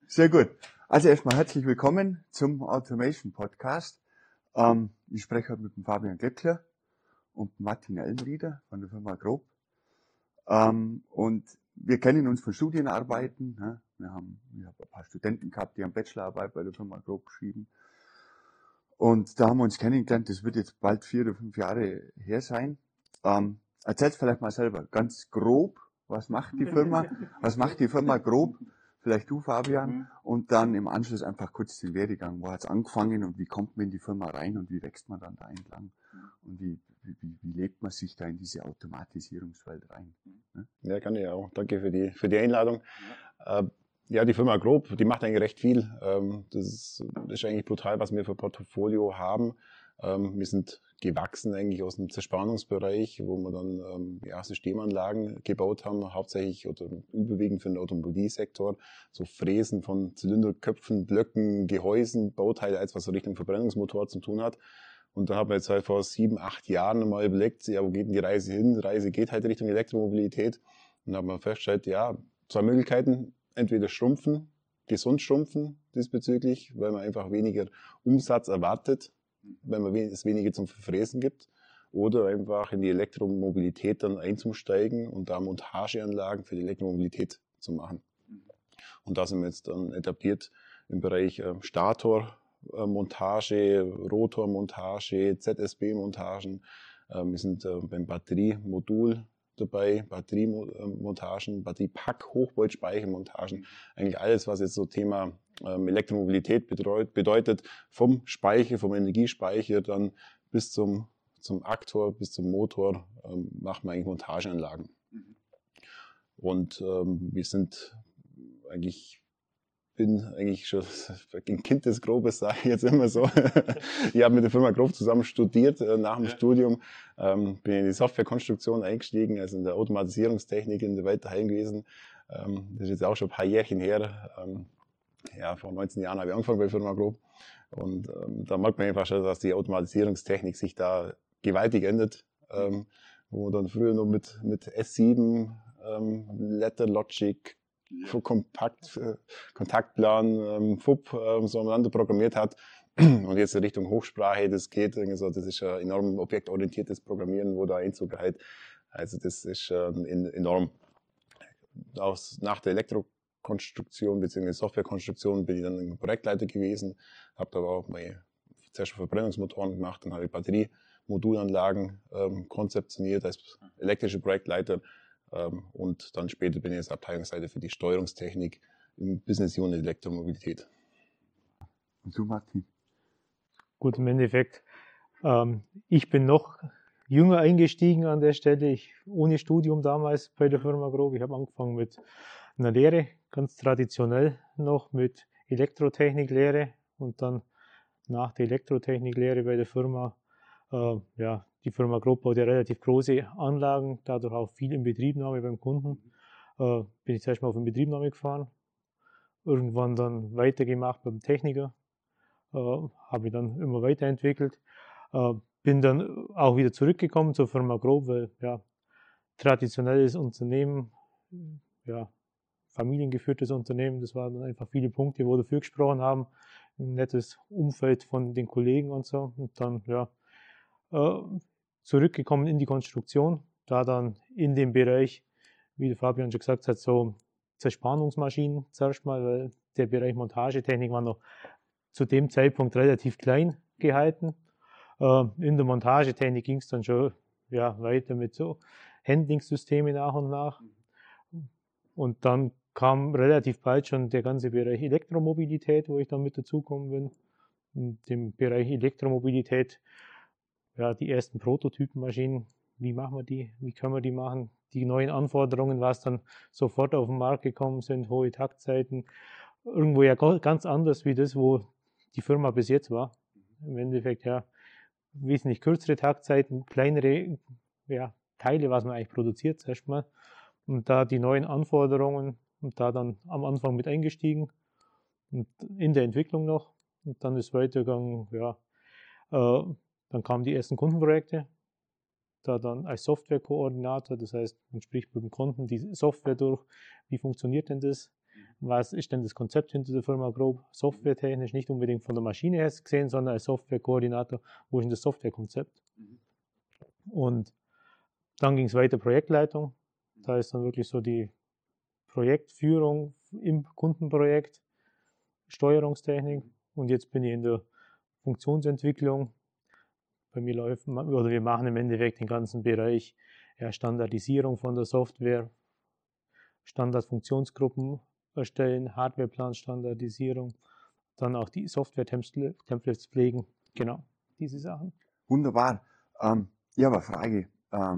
Sehr gut. Also erstmal herzlich willkommen zum Automation Podcast. Ich spreche heute mit dem Fabian Glöckler und Martin Elmrieder von der Firma Grob. Und wir kennen uns von Studienarbeiten. Ne? Ich habe ein paar Studenten gehabt, die haben Bachelorarbeit bei der Firma Grob geschrieben. Und da haben wir uns kennengelernt. Das wird jetzt bald 4 oder 5 Jahre her sein. Erzählt vielleicht mal selber ganz grob, was macht die Firma? Was macht die Firma Grob? Vielleicht du, Fabian, und dann im Anschluss einfach kurz den Werdegang. Wo hat es angefangen und wie kommt man in die Firma rein und wie wächst man dann da entlang? Und wie lebt man sich da in diese Automatisierungswelt rein? Ne? Ja, kann ich auch. Danke für die Einladung. Ja, die Firma Grob, die macht eigentlich recht viel. Das ist eigentlich brutal, was wir für Portfolio haben. Wir sind gewachsen eigentlich aus dem Zerspannungsbereich, wo wir dann Systemanlagen gebaut haben, hauptsächlich oder überwiegend für den Automobilsektor. So Fräsen von Zylinderköpfen, Blöcken, Gehäusen, Bauteile, alles was so Richtung Verbrennungsmotor zu tun hat. Und da haben wir jetzt halt vor 7, 8 Jahren mal überlegt, ja, wo geht denn die Reise hin? Die Reise geht halt Richtung Elektromobilität. Und da haben wir festgestellt, ja, 2 Möglichkeiten. Entweder schrumpfen, gesund schrumpfen diesbezüglich, weil man einfach weniger Umsatz erwartet, wenn man es weniger zum Verfräsen gibt. Oder einfach in die Elektromobilität dann einzusteigen und da Montageanlagen für die Elektromobilität zu machen. Und da sind wir jetzt dann etabliert im Bereich Statormontage, Rotormontage, ZSB-Montagen. Wir sind beim Batteriemodul dabei, Batteriemontagen, Batteriepack, Hochvoltspeichermontagen, eigentlich alles, was jetzt so Thema Elektromobilität bedeutet, vom Speicher, vom Energiespeicher dann bis zum Aktor, bis zum Motor, macht man eigentlich Montageanlagen. Und wir sind bin eigentlich schon ein Kind des Grobes, sage ich jetzt immer so. Ich habe mit der Firma Grob zusammen studiert nach dem Studium, bin in die Softwarekonstruktion eingestiegen, also in der Automatisierungstechnik in der Welt daheim gewesen. Das ist jetzt auch schon ein paar Jährchen her. Vor 19 Jahren habe ich angefangen bei der Firma Grob. Und da merkt man einfach schon, dass die Automatisierungstechnik sich da gewaltig ändert. Wo man dann früher noch mit S7, Ladder Logic, Kontaktplan, FUP so aneinander programmiert hat und jetzt in Richtung Hochsprache das geht, also das ist ein enorm objektorientiertes Programmieren, wo da Einzug halt, also das ist enorm. Nach der Elektrokonstruktion bzw. Softwarekonstruktion bin ich dann ein Projektleiter gewesen, habe aber auch zuerst Verbrennungsmotoren gemacht, dann habe ich Batteriemodulanlagen konzeptioniert als elektrischer Projektleiter. Und dann später bin ich als Abteilungsleiter für die Steuerungstechnik im Business Unit Elektromobilität. Und du, Martin? Gut, im Endeffekt, ich bin noch jünger eingestiegen an der Stelle, ohne Studium damals bei der Firma Grob. Ich habe angefangen mit einer Lehre, ganz traditionell noch mit Elektrotechniklehre und dann nach der Elektrotechniklehre bei der Firma, die Firma Grob baut ja relativ große Anlagen, dadurch auch viel Inbetriebnahme beim Kunden. Bin ich zuerst mal auf Inbetriebnahme gefahren, irgendwann dann weitergemacht beim Techniker, habe ich dann immer weiterentwickelt. Bin dann auch wieder zurückgekommen zur Firma Grob, weil traditionelles Unternehmen, familiengeführtes Unternehmen, das waren dann einfach viele Punkte, wo dafür gesprochen haben, ein nettes Umfeld von den Kollegen und so. Und dann zurückgekommen in die Konstruktion, da dann in dem Bereich, wie der Fabian schon gesagt hat, so Zerspannungsmaschinen zuerst mal, weil der Bereich Montagetechnik war noch zu dem Zeitpunkt relativ klein gehalten. In der Montagetechnik ging es dann schon weiter mit so Handlingssystemen nach und nach. Und dann kam relativ bald schon der ganze Bereich Elektromobilität, wo ich dann mit dazugekommen bin. In dem Bereich Elektromobilität, die ersten Prototypenmaschinen, wie machen wir die, wie können wir die machen? Die neuen Anforderungen, was dann sofort auf den Markt gekommen sind, hohe Taktzeiten, irgendwo ganz anders wie das, wo die Firma bis jetzt war. Im Endeffekt wesentlich kürzere Taktzeiten, kleinere Teile, was man eigentlich produziert, erstmal. Und da die neuen Anforderungen und da dann am Anfang mit eingestiegen und in der Entwicklung noch. Und dann ist weitergegangen, dann kamen die ersten Kundenprojekte, da dann als Softwarekoordinator, das heißt, man spricht mit dem Kunden die Software durch, wie funktioniert denn das, Was ist denn das Konzept hinter der Firma grob? Softwaretechnisch, nicht unbedingt von der Maschine her gesehen, sondern als Softwarekoordinator, wo ist denn das Softwarekonzept? Und dann ging es weiter Projektleitung. Da ist dann wirklich so die Projektführung im Kundenprojekt, Steuerungstechnik. Und jetzt bin ich in der Funktionsentwicklung. Bei mir wir machen im Endeffekt den ganzen Bereich Standardisierung von der Software, Standardfunktionsgruppen erstellen, Hardwareplan-Standardisierung, dann auch die Software-Templates pflegen. Genau, diese Sachen. Wunderbar. Ich habe eine Frage.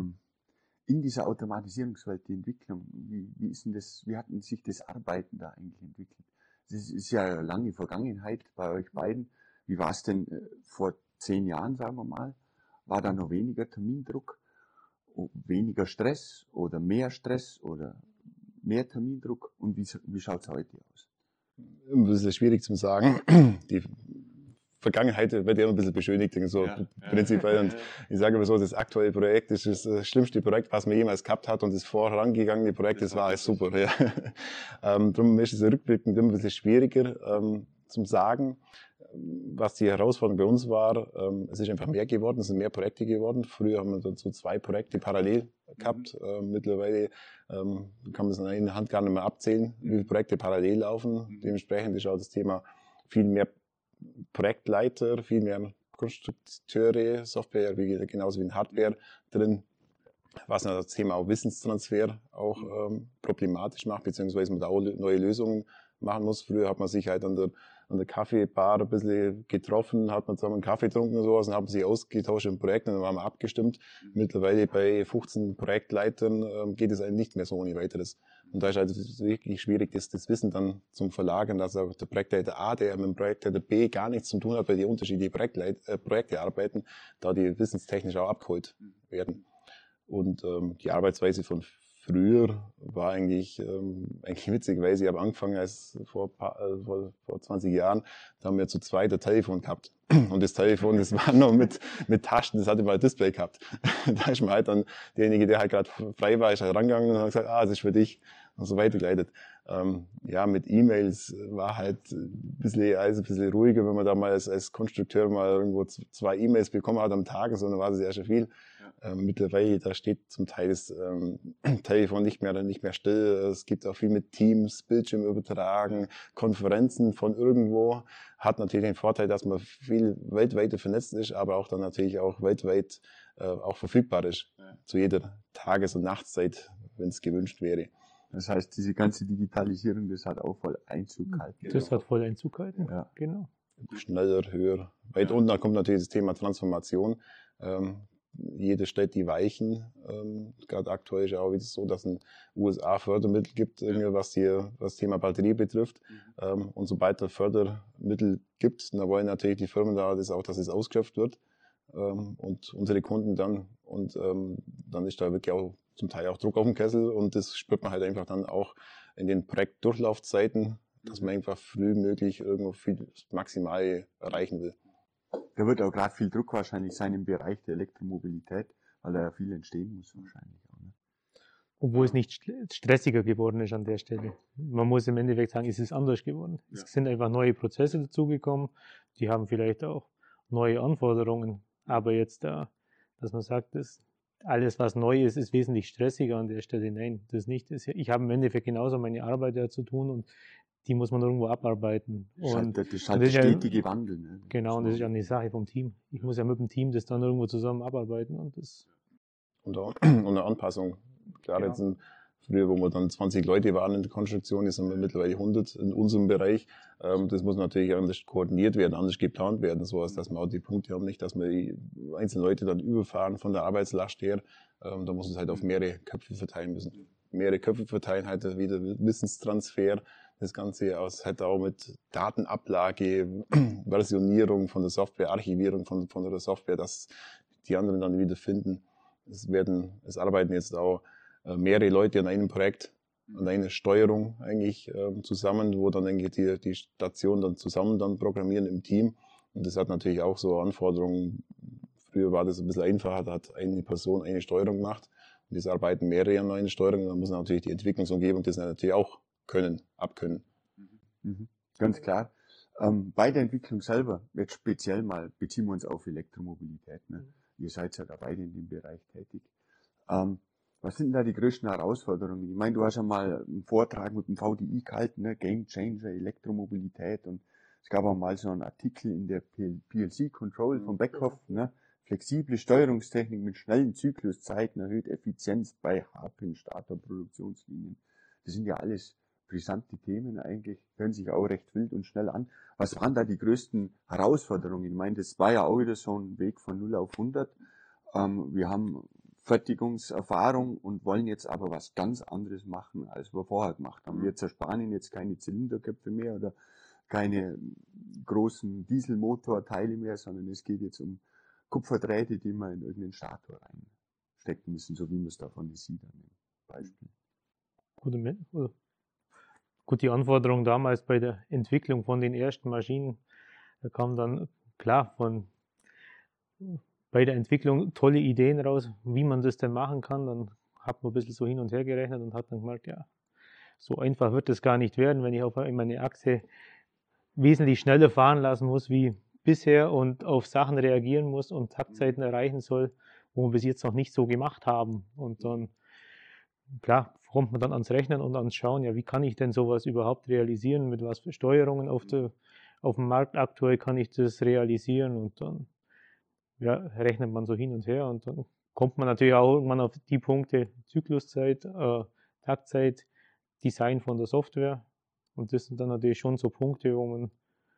In dieser Automatisierungswelt, die Entwicklung, wie ist denn das, wie hat denn sich das Arbeiten da eigentlich entwickelt? Das ist ja eine lange Vergangenheit bei euch beiden. Wie war es denn vor 10 Jahren, sagen wir mal? War da noch weniger Termindruck, weniger Stress oder mehr Stress oder mehr Termindruck? Und wie schaut es heute aus? Das ist schwierig zu sagen. Die Vergangenheit wird ja immer ein bisschen beschönigt, so prinzipiell. Und ich sage immer so, das aktuelle Projekt ist das schlimmste Projekt, was man jemals gehabt hat. Und das vorangegangene Projekt, das war alles super. Ja. Darum ist es rückblickend immer ein bisschen schwieriger zum Sagen. Was die Herausforderung bei uns war, es ist einfach mehr geworden, es sind mehr Projekte geworden. Früher haben wir dazu 2 Projekte parallel gehabt. Mittlerweile kann man es in einer Hand gar nicht mehr abzählen, wie viele Projekte parallel laufen. Dementsprechend ist auch das Thema viel mehr Projektleiter, viel mehr Konstrukteure, Software, genauso wie Hardware drin, was das Thema auch Wissenstransfer auch problematisch macht, beziehungsweise man da auch neue Lösungen machen muss. Früher hat man sich halt an der Kaffeebar ein bisschen getroffen, hat man zusammen einen Kaffee getrunken und sowas und haben sich ausgetauscht im Projekt und dann waren wir abgestimmt. Mittlerweile bei 15 Projektleitern geht es eigentlich nicht mehr so ohne weiteres. Und da ist halt wirklich schwierig, das Wissen dann zum Verlagern, dass auch der Projektleiter A, der mit dem Projektleiter B gar nichts zu tun hat, weil die unterschiedliche Projekte arbeiten, da die wissenstechnisch auch abgeholt werden. Und die Arbeitsweise von früher war eigentlich witzig, weil ich habe angefangen als vor 20 Jahren, da haben wir zu zweit ein Telefon gehabt. Und das Telefon, das war noch mit Tasten, das hatte mal ein Display gehabt. Da ist man halt dann, derjenige, der halt gerade frei war, ist halt rangegangen und hat gesagt, das ist für dich. Und so weitergeleitet. Mit E-Mails war halt ein bisschen ruhiger, wenn man da mal als Konstrukteur mal irgendwo 2 E-Mails bekommen hat am Tag, sondern war das ja schon viel. Mittlerweile, da steht zum Teil das Telefon nicht mehr still. Es gibt auch viel mit Teams, Bildschirm übertragen, Konferenzen von irgendwo. Hat natürlich den Vorteil, dass man viel weltweit vernetzt ist, aber auch dann natürlich auch weltweit auch verfügbar ist. Zu jeder Tages- und Nachtszeit, wenn es gewünscht wäre. Das heißt, diese ganze Digitalisierung, das hat auch voll Einzug gehalten. Das hat voll Einzug gehalten, ja. Genau. Schneller, höher. Weit unten kommt natürlich das Thema Transformation. Jede stellt die Weichen. Gerade aktuell ist ja auch wieder so, dass es ein USA-Fördermittel gibt, was das Thema Batterie betrifft. Und sobald es Fördermittel gibt, dann wollen natürlich die Firmen da dass es ausgeschöpft wird. Und unsere Kunden dann. Und dann ist da wirklich auch zum Teil auch Druck auf dem Kessel. Und das spürt man halt einfach dann auch in den Projektdurchlaufzeiten, dass man einfach frühmöglich irgendwo viel maximal erreichen will. Da wird auch gerade viel Druck wahrscheinlich sein im Bereich der Elektromobilität, weil da ja viel entstehen muss wahrscheinlich auch. Ne? Obwohl es nicht stressiger geworden ist an der Stelle. Man muss im Endeffekt sagen, es ist anders geworden. Ja. Es sind einfach neue Prozesse dazugekommen, die haben vielleicht auch neue Anforderungen, aber jetzt dass man sagt, dass alles, was neu ist, ist wesentlich stressiger an der Stelle. Nein, das nicht. Ich habe im Endeffekt genauso meine Arbeit ja zu tun und die muss man irgendwo abarbeiten. Das ist halt der stetige Wandel. Ne? Genau, und das ist ja eine Sache vom Team. Ich muss ja mit dem Team das dann irgendwo zusammen abarbeiten. Und eine Anpassung. Klar, jetzt früher, wo wir dann 20 Leute waren in der Konstruktion, jetzt sind wir mittlerweile 100 in unserem Bereich. Das muss natürlich anders koordiniert werden, anders geplant werden, so dass wir auch die Punkte haben, nicht, dass wir die einzelnen Leute dann überfahren von der Arbeitslast her. Da muss es halt auf mehrere Köpfe verteilen müssen. Mehrere Köpfe verteilen, halt wieder Wissenstransfer. Das Ganze halt auch mit Datenablage, Versionierung von der Software, Archivierung von der Software, dass die anderen dann wieder finden. Es arbeiten jetzt auch mehrere Leute an einem Projekt, an einer Steuerung eigentlich zusammen, wo dann eigentlich die Station dann zusammen dann programmieren im Team. Und das hat natürlich auch so Anforderungen. Früher war das ein bisschen einfacher, da hat eine Person eine Steuerung gemacht. Und jetzt arbeiten mehrere an einer Steuerung. Da muss natürlich die Entwicklungsumgebung das natürlich auch abkönnen. Mhm. Ganz klar. Bei der Entwicklung selber, jetzt speziell mal, beziehen wir uns auf Elektromobilität. Ne? Ihr seid ja da beide in dem Bereich tätig. Was sind da die größten Herausforderungen? Ich meine, du hast ja mal einen Vortrag mit dem VDI gehalten, ne? Game Changer, Elektromobilität, und es gab auch mal so einen Artikel in der PLC Control von Beckhoff, ne? Flexible Steuerungstechnik mit schnellen Zykluszeiten erhöht Effizienz bei Starter-Produktionslinien. Das sind ja alles brisante Themen eigentlich, hören sich auch recht wild und schnell an. Was waren da die größten Herausforderungen? Ich meine, das war ja auch wieder so ein Weg von 0 auf 100. Wir haben Fertigungserfahrung und wollen jetzt aber was ganz anderes machen, als wir vorher gemacht haben. Wir zerspannen jetzt keine Zylinderköpfe mehr oder keine großen Dieselmotorteile mehr, sondern es geht jetzt um Kupferdrähte, die wir in irgendeinen Stator reinstecken müssen, so wie man es da von sieht an dem Beispiel. Gut, die Anforderung damals bei der Entwicklung von den ersten Maschinen, da kam dann klar bei der Entwicklung tolle Ideen raus, wie man das denn machen kann. Dann hat man ein bisschen so hin und her gerechnet und hat dann gemerkt, ja, so einfach wird das gar nicht werden, wenn ich auf meine Achse wesentlich schneller fahren lassen muss wie bisher und auf Sachen reagieren muss und Taktzeiten erreichen soll, wo wir bis jetzt noch nicht so gemacht haben. Und dann, klar, kommt man dann ans Rechnen und ans Schauen, ja, wie kann ich denn sowas überhaupt realisieren, mit was für Steuerungen auf dem Markt aktuell kann ich das realisieren, und dann rechnet man so hin und her und dann kommt man natürlich auch irgendwann auf die Punkte Zykluszeit, Taktzeit, Design von der Software, und das sind dann natürlich schon so Punkte, wo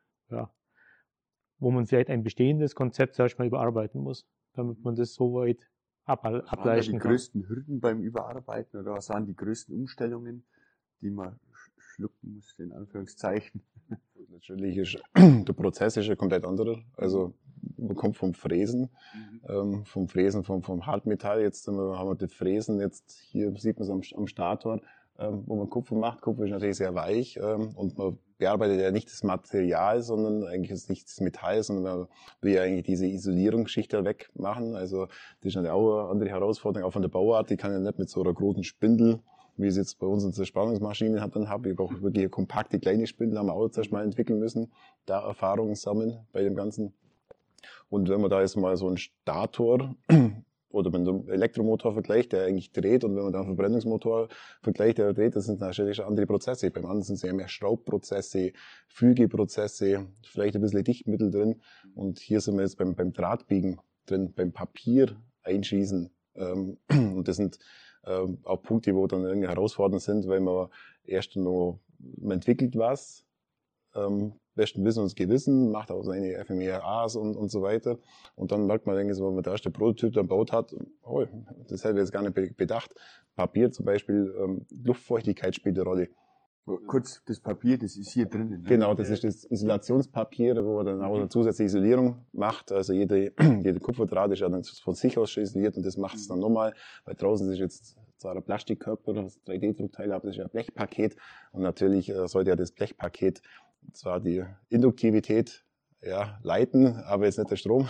man vielleicht ein bestehendes Konzept zuerst mal überarbeiten muss, damit man das so weit ableisten kann. Was waren die größten Hürden beim Überarbeiten oder was waren die größten Umstellungen, die man schlucken musste, in Anführungszeichen? Natürlich ist der Prozess ist ja komplett anderer. Also man kommt vom Fräsen, vom Hartmetall. Jetzt haben wir das Fräsen, jetzt hier sieht man es am Stator, wo man Kupfer macht. Kupfer ist natürlich sehr weich und man bearbeitet ja nicht das Material, sondern eigentlich ist nicht das Metall, sondern man will ja eigentlich diese Isolierungsschicht da wegmachen. Also das ist natürlich auch eine andere Herausforderung, auch von der Bauart. Die kann ja nicht mit so einer großen Spindel, wie es jetzt bei uns in Zerspannungsmaschinen habe. Ich brauche wirklich eine kompakte kleine Spindel, haben wir auch zuerst mal entwickeln müssen, da Erfahrungen sammeln bei dem Ganzen. Und wenn man da jetzt mal so einen Stator oder wenn man einen Elektromotor vergleicht, der eigentlich dreht, und wenn man da einen Verbrennungsmotor vergleicht, der dreht, das sind natürlich andere Prozesse. Beim anderen sind es eher mehr Schraubprozesse, Fügeprozesse, vielleicht ein bisschen Dichtmittel drin. Und hier sind wir jetzt beim Drahtbiegen drin, beim Papier einschießen. Und das sind auch Punkte, wo dann irgendwie herausfordernd sind, weil man erst noch, man entwickelt was, besten Wissen und Gewissen, macht auch seine FMEAs und so weiter. Und dann merkt man irgendwie so, wenn man der erste Prototyp dann baut hat, oh, das hätte ich jetzt gar nicht bedacht. Papier zum Beispiel, Luftfeuchtigkeit spielt eine Rolle. Kurz, das Papier, das ist hier drinnen. Ne? Genau, das ist das Isolationspapier, wo man dann auch eine zusätzliche Isolierung macht. Also jede Kupferdraht ist ja dann von sich aus schon isoliert, und das macht es dann nochmal, weil draußen ist jetzt zwar ein Plastikkörper, das 3D-Druckteil, aber das ist ja ein Blechpaket, und natürlich sollte ja das Blechpaket zwar die Induktivität leiten, aber jetzt nicht der Strom.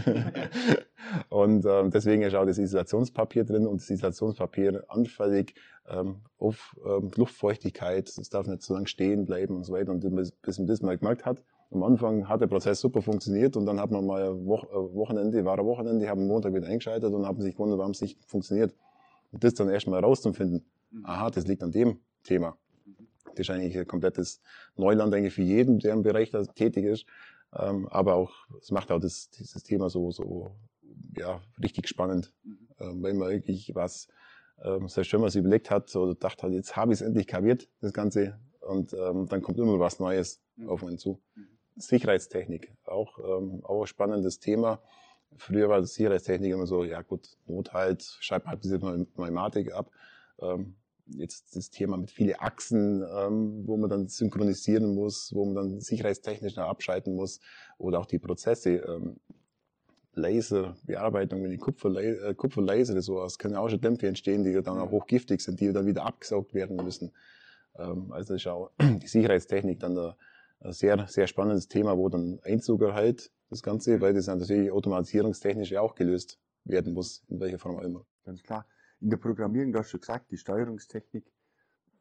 Und deswegen ist auch das Isolationspapier drin, und das Isolationspapier anfällig auf Luftfeuchtigkeit. Es darf nicht so lange stehen bleiben und so weiter. Und bis man das mal gemerkt hat, am Anfang hat der Prozess super funktioniert, und dann hat man mal ein Wochenende, haben Montag wieder eingeschaltet und haben sich gewundert, warum es nicht funktioniert. Und das dann erstmal rauszufinden, aha, das liegt an dem Thema. Das ist eigentlich ein komplettes Neuland eigentlich für jeden, der im Bereich da tätig ist. Aber auch, es macht auch dieses Thema so richtig spannend, weil man wirklich was, selbst wenn man es überlegt hat oder gedacht hat, jetzt habe ich es endlich kapiert, das Ganze, und dann kommt immer was Neues auf einen zu. Sicherheitstechnik, auch ein spannendes Thema. Früher war die Sicherheitstechnik immer so, ja gut, Nothalt, schreibt halt diese Pneumatik ab. Jetzt das Thema mit vielen Achsen, wo man dann synchronisieren muss, wo man dann sicherheitstechnisch noch abschalten muss, oder auch die Prozesse, Laserbearbeitung mit den Kupferlaser, sowas, können auch schon Dämpfe entstehen, die dann auch hochgiftig sind, die dann wieder abgesaugt werden müssen. Also ist auch die Sicherheitstechnik dann ein sehr, sehr spannendes Thema, wo dann Einzug erhält, das Ganze, weil das dann natürlich automatisierungstechnisch ja auch gelöst werden muss, in welcher Form auch immer. Ganz klar. In der Programmierung, du hast schon gesagt, die Steuerungstechnik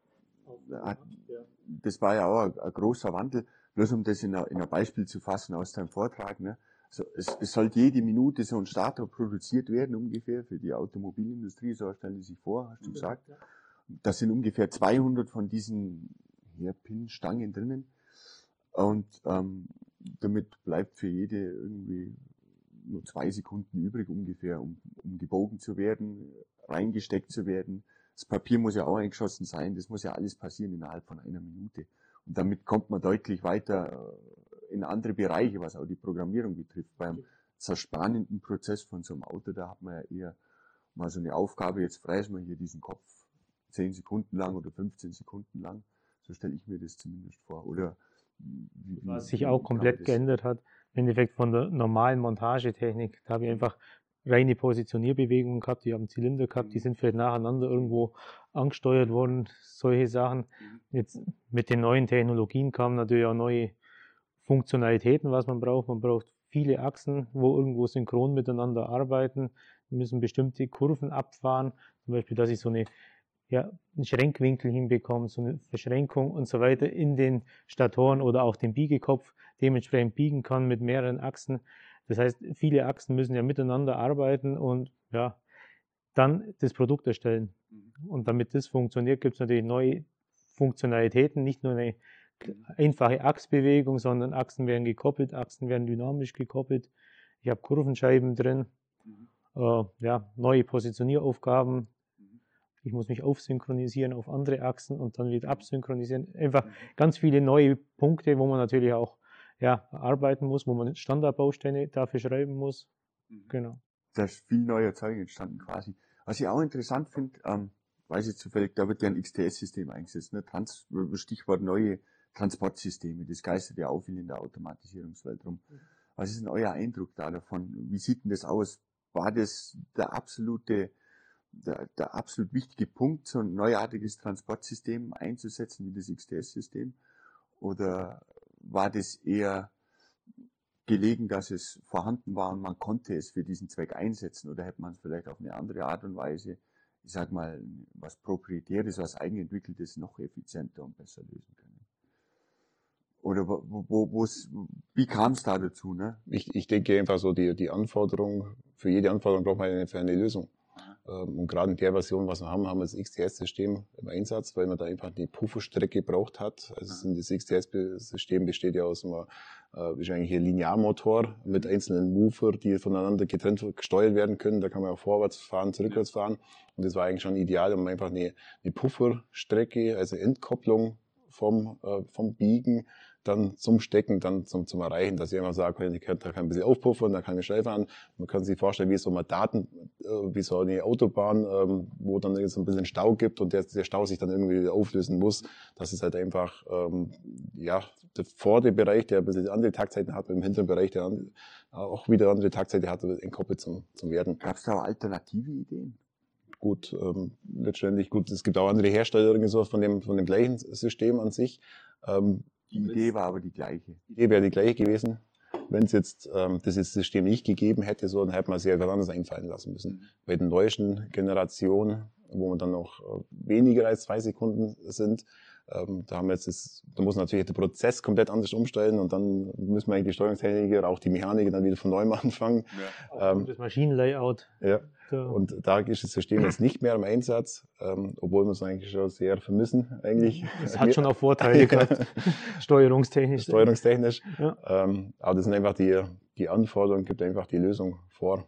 das war ja auch ein großer Wandel, bloß um das in ein Beispiel zu fassen aus deinem Vortrag, ne? Also es sollte jede Minute so ein Stator produziert werden, ungefähr, für die Automobilindustrie, so stellen die sich vor, hast du gesagt. Das sind ungefähr 200 von diesen Hairpin-Stangen drinnen. Und damit bleibt für jede irgendwie nur 2 Sekunden übrig, ungefähr, um gebogen zu werden, reingesteckt zu werden. Das Papier muss ja auch eingeschossen sein, das muss ja alles passieren innerhalb von einer Minute. Und damit kommt man deutlich weiter in andere Bereiche, was auch die Programmierung betrifft. Beim zerspannenden Prozess von so einem Auto, da hat man ja eher mal so eine Aufgabe, jetzt fräsen wir hier diesen Kopf 10 Sekunden lang oder 15 Sekunden lang. So stelle ich mir das zumindest vor. Oder was sich auch komplett geändert hat, im Endeffekt von der normalen Montagetechnik, da habe ich einfach reine Positionierbewegungen gehabt, die haben Zylinder gehabt, die sind vielleicht nacheinander irgendwo angesteuert worden, solche Sachen. Jetzt mit den neuen Technologien kamen natürlich auch neue Funktionalitäten, was man braucht. Man braucht viele Achsen, wo irgendwo synchron miteinander arbeiten. Wir müssen bestimmte Kurven abfahren, zum Beispiel, dass ich so einen Schrenkwinkel hinbekomme, so eine Verschränkung und so weiter in den Statoren oder auch den Biegekopf dementsprechend biegen kann mit mehreren Achsen. Das heißt, viele Achsen müssen ja miteinander arbeiten und dann das Produkt erstellen. Und damit das funktioniert, gibt es natürlich neue Funktionalitäten, nicht nur eine einfache Achsbewegung, sondern Achsen werden gekoppelt, Achsen werden dynamisch gekoppelt. Ich habe Kurvenscheiben drin, neue Positionieraufgaben. Ich muss mich aufsynchronisieren auf andere Achsen und dann wieder absynchronisieren. Einfach ganz viele neue Punkte, wo man natürlich auch arbeiten muss, wo man Standardbausteine dafür schreiben muss. Genau. Da ist viel neuer Zeug entstanden quasi. Was ich auch interessant finde, weiß ich zufällig, da wird ja ein XTS-System eingesetzt, ne? Stichwort neue Transportsysteme, das geistert ja auch viel in der Automatisierungswelt rum. Was ist denn euer Eindruck da davon? Wie sieht denn das aus? War das der absolut wichtige Punkt, so ein neuartiges Transportsystem einzusetzen wie das XTS-System? Oder war das eher gelegen, dass es vorhanden war und man konnte es für diesen Zweck einsetzen? Oder hätte man es vielleicht auf eine andere Art und Weise, ich sag mal, was Proprietäres, was Eigenentwickeltes noch effizienter und besser lösen können? Oder wie kam es da dazu? Ne? Ich denke einfach so, die Anforderung, für jede Anforderung braucht man eine Lösung. Und gerade in der Version, was wir haben wir das XTS-System im Einsatz, weil man da einfach eine Pufferstrecke gebraucht hat. Also das XTS-System besteht ja aus einem eigentlich ein Linearmotor mit einzelnen Mover, die voneinander getrennt gesteuert werden können. Da kann man auch vorwärts fahren, zurückwärts fahren. Und das war eigentlich schon ideal, um einfach eine Pufferstrecke, also Entkopplung vom Biegen dann zum Stecken, dann zum Erreichen, dass ich einfach sage, ich kann ein bisschen aufpuffern, dann kann ich schnell fahren. Man kann sich vorstellen, wie so eine Autobahn, wo dann jetzt ein bisschen Stau gibt und der Stau sich dann irgendwie auflösen muss, dass es halt einfach, der vordere Bereich, der ein bisschen andere Taktzeiten hat, im hinteren Bereich, der auch wieder andere Taktzeiten hat, entkoppelt zum Werden. Gab es da auch alternative Ideen? Gut, letztendlich gut, es gibt auch andere Hersteller irgendwie so von dem gleichen System an sich. Die Idee war aber die gleiche. Die Idee wäre die gleiche gewesen. Wenn es jetzt das System nicht gegeben hätte, so, dann hätte man sich etwas anderes einfallen lassen müssen. Bei den neuesten Generationen, wo man dann noch weniger als 2 Sekunden sind, da muss natürlich der Prozess komplett anders umstellen und dann müssen wir eigentlich die Steuerungstechniker, auch die Mechaniker dann wieder von neuem anfangen. Ja. Das Maschinenlayout. Ja. Und da ist das System jetzt nicht mehr im Einsatz, obwohl wir es eigentlich schon sehr vermissen, eigentlich. Es hat schon auch Vorteile gehabt, steuerungstechnisch. Ja. Aber das sind einfach die Anforderungen, gibt einfach die Lösung vor.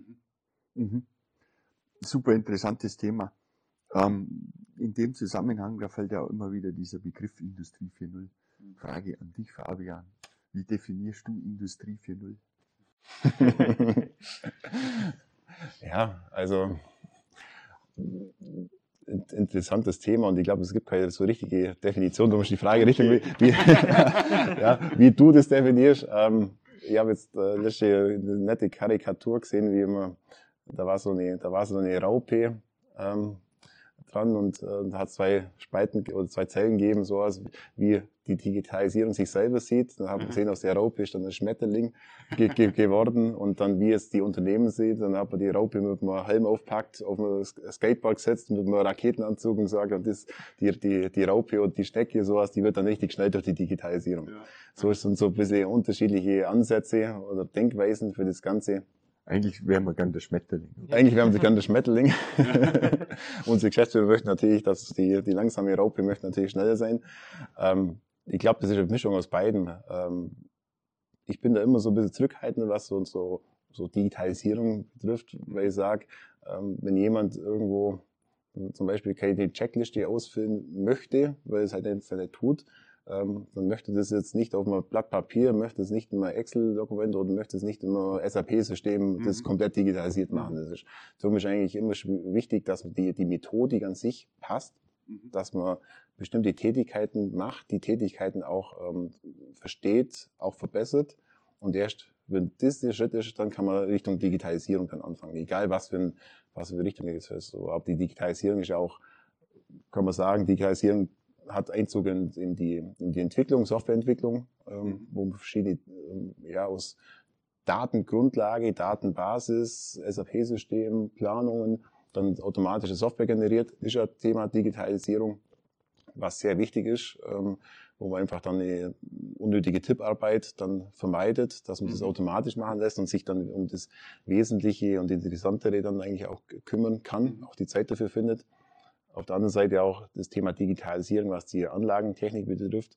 Super interessantes Thema. In dem Zusammenhang, da fällt ja auch immer wieder dieser Begriff Industrie 4.0. Frage an dich, Fabian. Wie definierst du Industrie 4.0? Ja, also interessantes Thema und ich glaube, es gibt keine so richtige Definition. Du musst die Frage Richtung, wie du das definierst. Ich habe jetzt letzte eine nette Karikatur gesehen, wie immer, da war so eine Raupe. dran und hat 2 Spalten oder 2 Zellen gegeben, sowas wie die Digitalisierung sich selber sieht. Dann haben wir gesehen, aus der Raupe ist dann ein Schmetterling geworden und dann wie es die Unternehmen sieht. Dann hat man die Raupe mit einem Helm aufpackt, auf ein Skateboard gesetzt, mit einem Raketenanzug und gesagt, und das, die Raupe und die Schnecke, sowas, die wird dann richtig schnell durch die Digitalisierung. Ja. So ist so ein bisschen unterschiedliche Ansätze oder Denkweisen für das Ganze. Eigentlich wären wir gern der Schmetterling. Eigentlich wären wir gern der Schmetterling. Unsere Geschäftsführer möchten natürlich, dass die langsame Raupe möchte natürlich schneller sein. Ich glaube, das ist eine Mischung aus beiden. Ich bin da immer so ein bisschen zurückhaltend, was so Digitalisierung betrifft, weil ich sage, wenn jemand irgendwo zum Beispiel keine Checkliste ausfüllen möchte, weil es halt einfach nicht tut, dann möchte das jetzt nicht auf einem Blatt Papier, möchte es nicht in einem Excel-Dokument oder möchte es nicht in einem SAP-System das komplett digitalisiert machen. Darum ist eigentlich immer wichtig, dass die Methodik an sich passt, dass man bestimmte Tätigkeiten macht, die Tätigkeiten auch versteht, auch verbessert. Und erst, wenn das der Schritt ist, dann kann man Richtung Digitalisierung dann anfangen. Egal was für Richtung es ist. So, aber die Digitalisierung ist ja auch, kann man sagen, Digitalisierung hat Einzug in die Entwicklung, Softwareentwicklung, wo man verschiedene, aus Datengrundlage, Datenbasis, SAP-System, Planungen, dann automatische Software generiert, ist ja Thema Digitalisierung, was sehr wichtig ist, wo man einfach dann eine unnötige Tipparbeit dann vermeidet, dass man das automatisch machen lässt und sich dann um das Wesentliche und Interessantere dann eigentlich auch kümmern kann, auch die Zeit dafür findet. Auf der anderen Seite auch das Thema Digitalisierung, was die Anlagentechnik betrifft,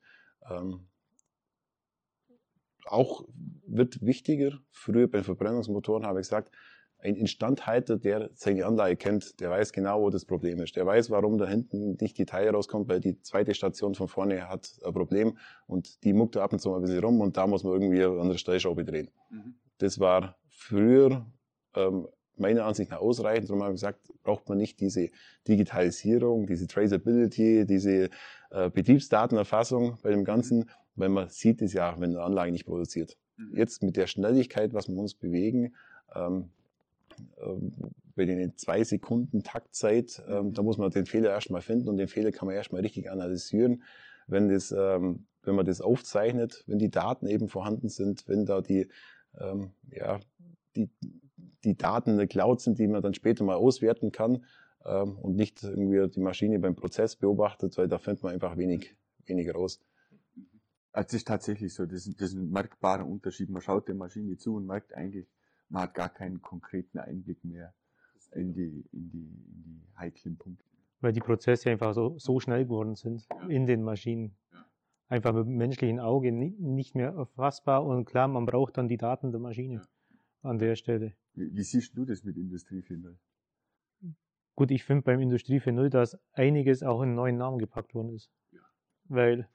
auch wird wichtiger. Früher bei Verbrennungsmotoren habe ich gesagt, ein Instandhalter, der seine Anlage kennt, der weiß genau, wo das Problem ist. Der weiß, warum da hinten nicht die Teile rauskommt, weil die zweite Station von vorne hat ein Problem und die muckt da ab und zu mal ein bisschen rum und da muss man irgendwie an der Stellschraube drehen. Das war früher meiner Ansicht nach ausreichend. Darum habe ich gesagt, braucht man nicht diese Digitalisierung, diese Traceability, diese Betriebsdatenerfassung bei dem Ganzen, weil man sieht es ja, wenn eine Anlage nicht produziert. Jetzt mit der Schnelligkeit, was wir uns bewegen, bei den 2 Sekunden Taktzeit, da muss man den Fehler erstmal finden und den Fehler kann man erstmal richtig analysieren. Wenn man das aufzeichnet, wenn die Daten eben vorhanden sind, wenn da die Daten in der Cloud sind, die man dann später mal auswerten kann und nicht irgendwie die Maschine beim Prozess beobachtet, weil da findet man einfach wenig raus. Also es ist tatsächlich so, das ist ein merkbarer Unterschied. Man schaut der Maschine zu und merkt eigentlich, man hat gar keinen konkreten Einblick mehr in die heiklen Punkte. Weil die Prozesse einfach so schnell geworden sind in den Maschinen. Einfach mit dem menschlichen Auge nicht mehr erfassbar und klar, man braucht dann die Daten der Maschine an der Stelle. Wie siehst du das mit Industrie 4.0? Gut, ich finde beim Industrie 4.0, dass einiges auch in einen neuen Namen gepackt worden ist. Ja. Weil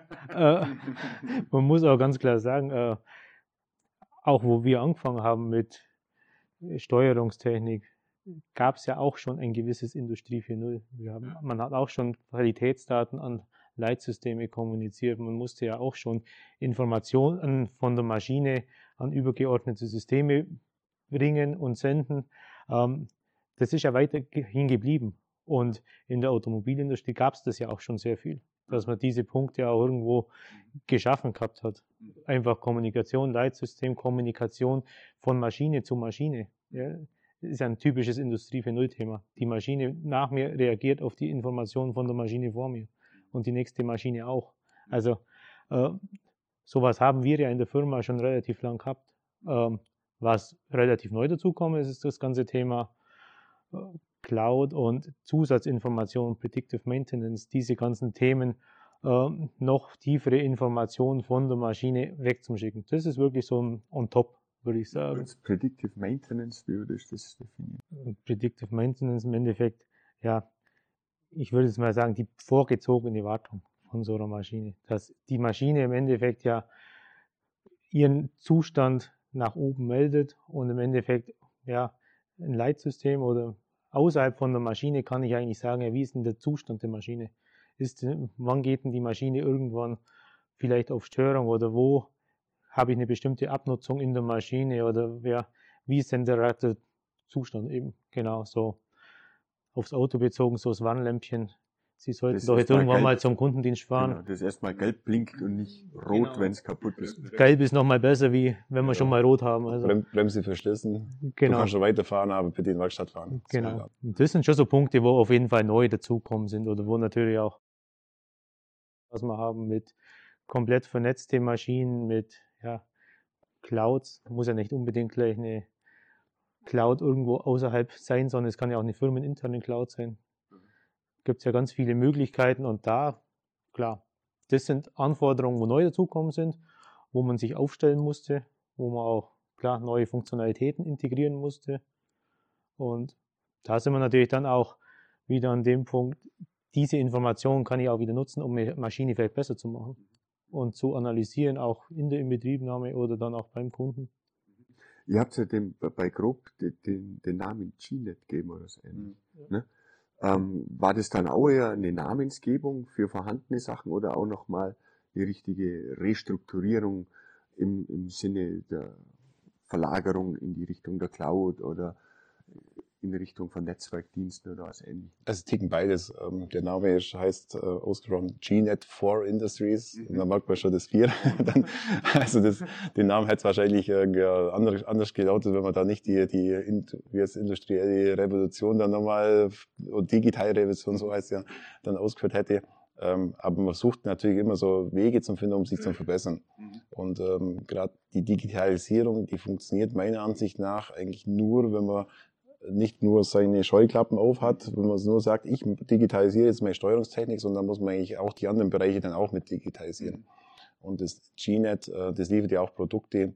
man muss auch ganz klar sagen, auch wo wir angefangen haben mit Steuerungstechnik, gab es ja auch schon ein gewisses Industrie 4.0. Man hat auch schon Qualitätsdaten an Leitsysteme kommuniziert. Man musste ja auch schon Informationen von der Maschine an übergeordnete Systeme bringen und senden. Das ist ja weiterhin geblieben. Und in der Automobilindustrie gab es das ja auch schon sehr viel, dass man diese Punkte auch irgendwo geschaffen gehabt hat. Einfach Kommunikation, Leitsystem, Kommunikation von Maschine zu Maschine. Ja, das ist ein typisches Industrie 4.0-Thema. Die Maschine nach mir reagiert auf die Informationen von der Maschine vor mir und die nächste Maschine auch. Also sowas haben wir ja in der Firma schon relativ lang gehabt. Was relativ neu dazukommt, ist das ganze Thema Cloud und Zusatzinformation, Predictive Maintenance, diese ganzen Themen, noch tiefere Informationen von der Maschine wegzuschicken. Das ist wirklich so ein on top, würde ich sagen. Predictive Maintenance, wie würdest du das definieren? Predictive Maintenance im Endeffekt, ja, ich würde jetzt mal sagen, die vorgezogene Wartung von so einer Maschine. Dass die Maschine im Endeffekt ja ihren Zustand nach oben meldet und im Endeffekt ja ein Leitsystem oder außerhalb von der Maschine kann ich eigentlich sagen, ja, wie ist denn der Zustand der Maschine? Wann geht denn die Maschine irgendwann vielleicht auf Störung oder wo habe ich eine bestimmte Abnutzung in der Maschine oder wie ist denn der Zustand eben? Genau so. aufs Auto bezogen, so das Warnlämpchen. Sie sollten Das doch jetzt erstmal irgendwann mal gelb, zum Kundendienst fahren. genau, das erstmal gelb blinkt und nicht rot, Genau. wenn es kaputt ist. Gelb ist noch mal besser, wie wenn wir schon mal rot haben. Also, Bremse verschlissen. Du genau, kannst schon weiterfahren, aber bitte in die Werkstatt fahren. genau. Und das sind schon so Punkte, wo auf jeden Fall neu dazukommen sind oder wo natürlich auch, was wir haben mit komplett vernetzten Maschinen, mit Clouds. Muss ja nicht unbedingt gleich eine Cloud irgendwo außerhalb sein, sondern es kann ja auch eine firmeninterne Cloud sein. Gibt es ja ganz viele Möglichkeiten und da, klar, das sind Anforderungen, wo neu dazukommen sind, wo man sich aufstellen musste, wo man auch, klar, neue Funktionalitäten integrieren musste. Und da sind wir natürlich dann auch wieder an dem Punkt, diese Informationen kann ich auch wieder nutzen, um eine Maschine vielleicht besser zu machen und zu analysieren, auch in der Inbetriebnahme oder dann auch beim Kunden. Ihr habt ja bei Grob den Namen G-Net gegeben oder so ähnlich. Ne? War das dann auch eher eine Namensgebung für vorhandene Sachen oder auch nochmal eine richtige Restrukturierung im Sinne der Verlagerung in die Richtung der Cloud oder in Richtung von Netzwerkdiensten oder was ähnliches? Also ticken beides. Der Name heißt ausgesprochen G-Net for Industries. Und dann merkt man schon das 4. Also den Namen hätte es wahrscheinlich anders gelautet, wenn man da nicht wie es industrielle Revolution dann nochmal, oder digitale Revolution, so heißt ja, dann ausgeführt hätte. Aber man sucht natürlich immer so Wege zum Finden, um sich zu verbessern. Und gerade die Digitalisierung, die funktioniert meiner Ansicht nach eigentlich nur, wenn man nicht nur seine Scheuklappen auf hat, wenn man nur sagt, ich digitalisiere jetzt meine Steuerungstechnik, sondern muss man eigentlich auch die anderen Bereiche dann auch mit digitalisieren. Und das G-Net, das liefert ja auch Produkte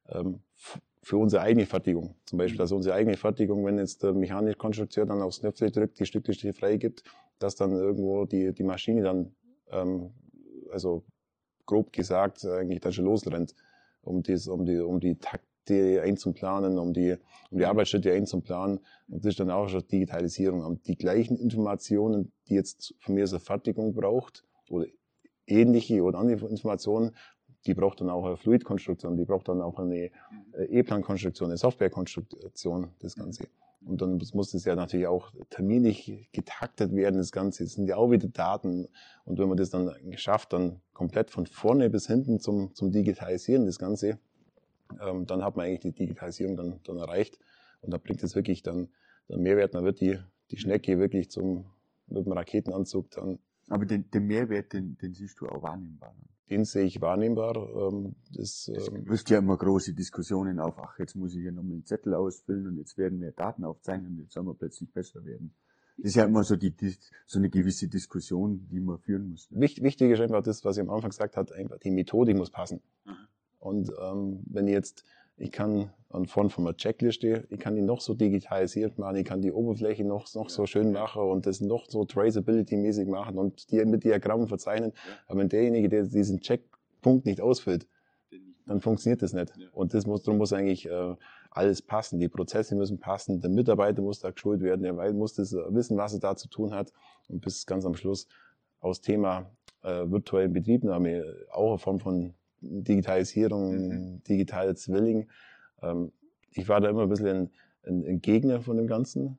für unsere eigene Fertigung. Zum Beispiel, dass unsere eigene Fertigung, wenn jetzt der mechanische Konstrukteur dann aufs Knöpfchen drückt, die Stückliste freigibt, dass dann irgendwo die Maschine dann, also grob gesagt, eigentlich dann schon losrennt, um die Takte einzuplanen, um die Arbeitsschritte einzuplanen. Und das ist dann auch schon Digitalisierung. Und die gleichen Informationen, die jetzt von mir so Fertigung braucht, oder ähnliche oder andere Informationen, die braucht dann auch eine Fluidkonstruktion, die braucht dann auch eine E-Plan-Konstruktion, eine Softwarekonstruktion, das Ganze. Und dann muss das ja natürlich auch terminlich getaktet werden, das Ganze. Das sind ja auch wieder Daten. Und wenn man das dann schafft, dann komplett von vorne bis hinten zum Digitalisieren, das Ganze, dann hat man eigentlich die Digitalisierung dann erreicht. Und da bringt es wirklich dann Mehrwert. Dann wird die Schnecke wirklich mit dem Raketenanzug dann. Aber den Mehrwert, den siehst du auch wahrnehmbar. Den sehe ich wahrnehmbar. Es wirft ja immer große Diskussionen auf, ach, jetzt muss ich ja nochmal einen Zettel ausfüllen und jetzt werden mehr Daten aufzeichnen und jetzt soll man plötzlich besser werden. Das ist ja immer so so eine gewisse Diskussion, die man führen muss. Wichtig ist einfach das, was ich am Anfang gesagt habe, einfach die Methodik muss passen. Und wenn ich kann anhand von einer Checkliste, ich kann die noch so digitalisiert machen, ich kann die Oberfläche noch so schön machen und das noch so Traceability-mäßig machen und die mit Diagrammen verzeichnen. Aber wenn derjenige, der diesen Checkpunkt nicht ausfüllt, dann funktioniert das nicht. Und darum muss eigentlich alles passen. Die Prozesse müssen passen, der Mitarbeiter muss da geschult werden, der muss das wissen, was er da zu tun hat. Und bis ganz am Schluss aus Thema virtuellen Betriebnahme, auch eine Form von Digitalisierung, digitaler Zwilling. Ich war da immer ein bisschen ein Gegner von dem Ganzen,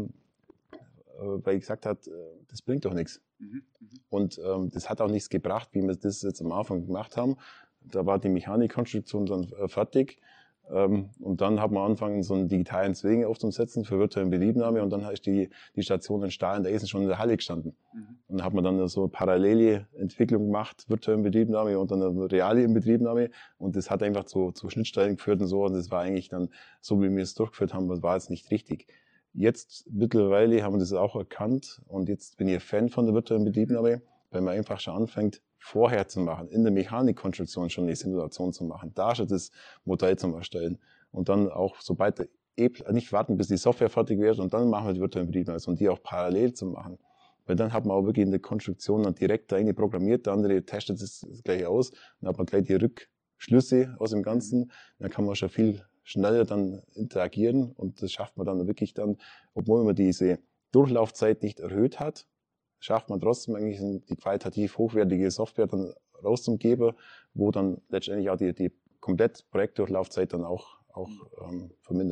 weil ich gesagt habe, das bringt doch nichts. Und das hat auch nichts gebracht, wie wir das jetzt am Anfang gemacht haben. Da war die Mechanikkonstruktion dann fertig. Und dann hat man angefangen, so einen digitalen Zwilling aufzusetzen für virtuelle Betriebnahme. Und dann ist die Station in Stahl und Eisen schon in der Halle gestanden. Und dann hat man dann so eine parallele Entwicklung gemacht, virtuelle Betriebnahme und dann eine reale Inbetriebnahme. Und das hat einfach zu Schnittstellen geführt und so. Und das war eigentlich dann, so wie wir es durchgeführt haben, das war jetzt nicht richtig. Jetzt mittlerweile haben wir das auch erkannt. Und jetzt bin ich ein Fan von der virtuellen Betriebnahme, weil man einfach schon anfängt, vorher zu machen, in der Mechanikkonstruktion schon eine Simulation zu machen, da schon das Modell zu erstellen und dann auch, sobald nicht warten, bis die Software fertig wird und dann machen wir die virtuelle Betriebnahme und die auch parallel zu machen. Weil dann hat man auch wirklich in der Konstruktion dann direkt da eine programmiert, der andere testet das gleich aus, dann hat man gleich die Rückschlüsse aus dem Ganzen, dann kann man schon viel schneller dann interagieren und das schafft man dann wirklich dann, obwohl man diese Durchlaufzeit nicht erhöht hat, schafft man trotzdem eigentlich die qualitativ hochwertige Software dann rauszugeben, wo dann letztendlich auch die komplett Projektdurchlaufzeit dann auch vermindert.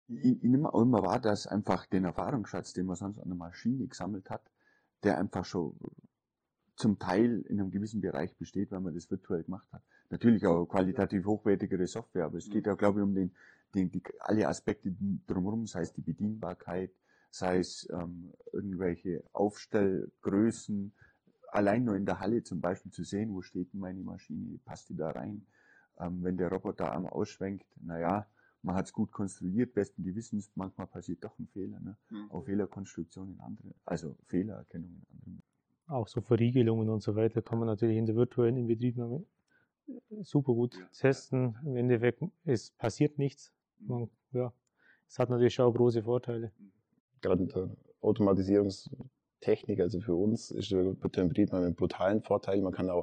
Ich nehme auch immer wahr, dass einfach den Erfahrungsschatz, den man sonst an der Maschine gesammelt hat, der einfach schon zum Teil in einem gewissen Bereich besteht, weil man das virtuell gemacht hat. Natürlich auch qualitativ hochwertigere Software, aber es geht ja, glaube ich, um alle Aspekte drumherum, sei es die Bedienbarkeit, sei es irgendwelche Aufstellgrößen, allein nur in der Halle zum Beispiel zu sehen, wo steht denn meine Maschine, passt die da rein? Wenn der Roboter am ausschwenkt, naja, man hat es gut konstruiert, besten Gewissens, manchmal passiert doch ein Fehler, ne? Auch Fehlerkonstruktion in anderen, also Fehlererkennung in anderen. Auch so Verriegelungen und so weiter kann man natürlich in der virtuellen Inbetriebnahme super gut testen. Im Endeffekt, es passiert nichts. Es hat natürlich auch große Vorteile. Gerade in der Automatisierungstechnik, also für uns, ist der virtuelle Betrieb einen brutalen Vorteil. Man kann auch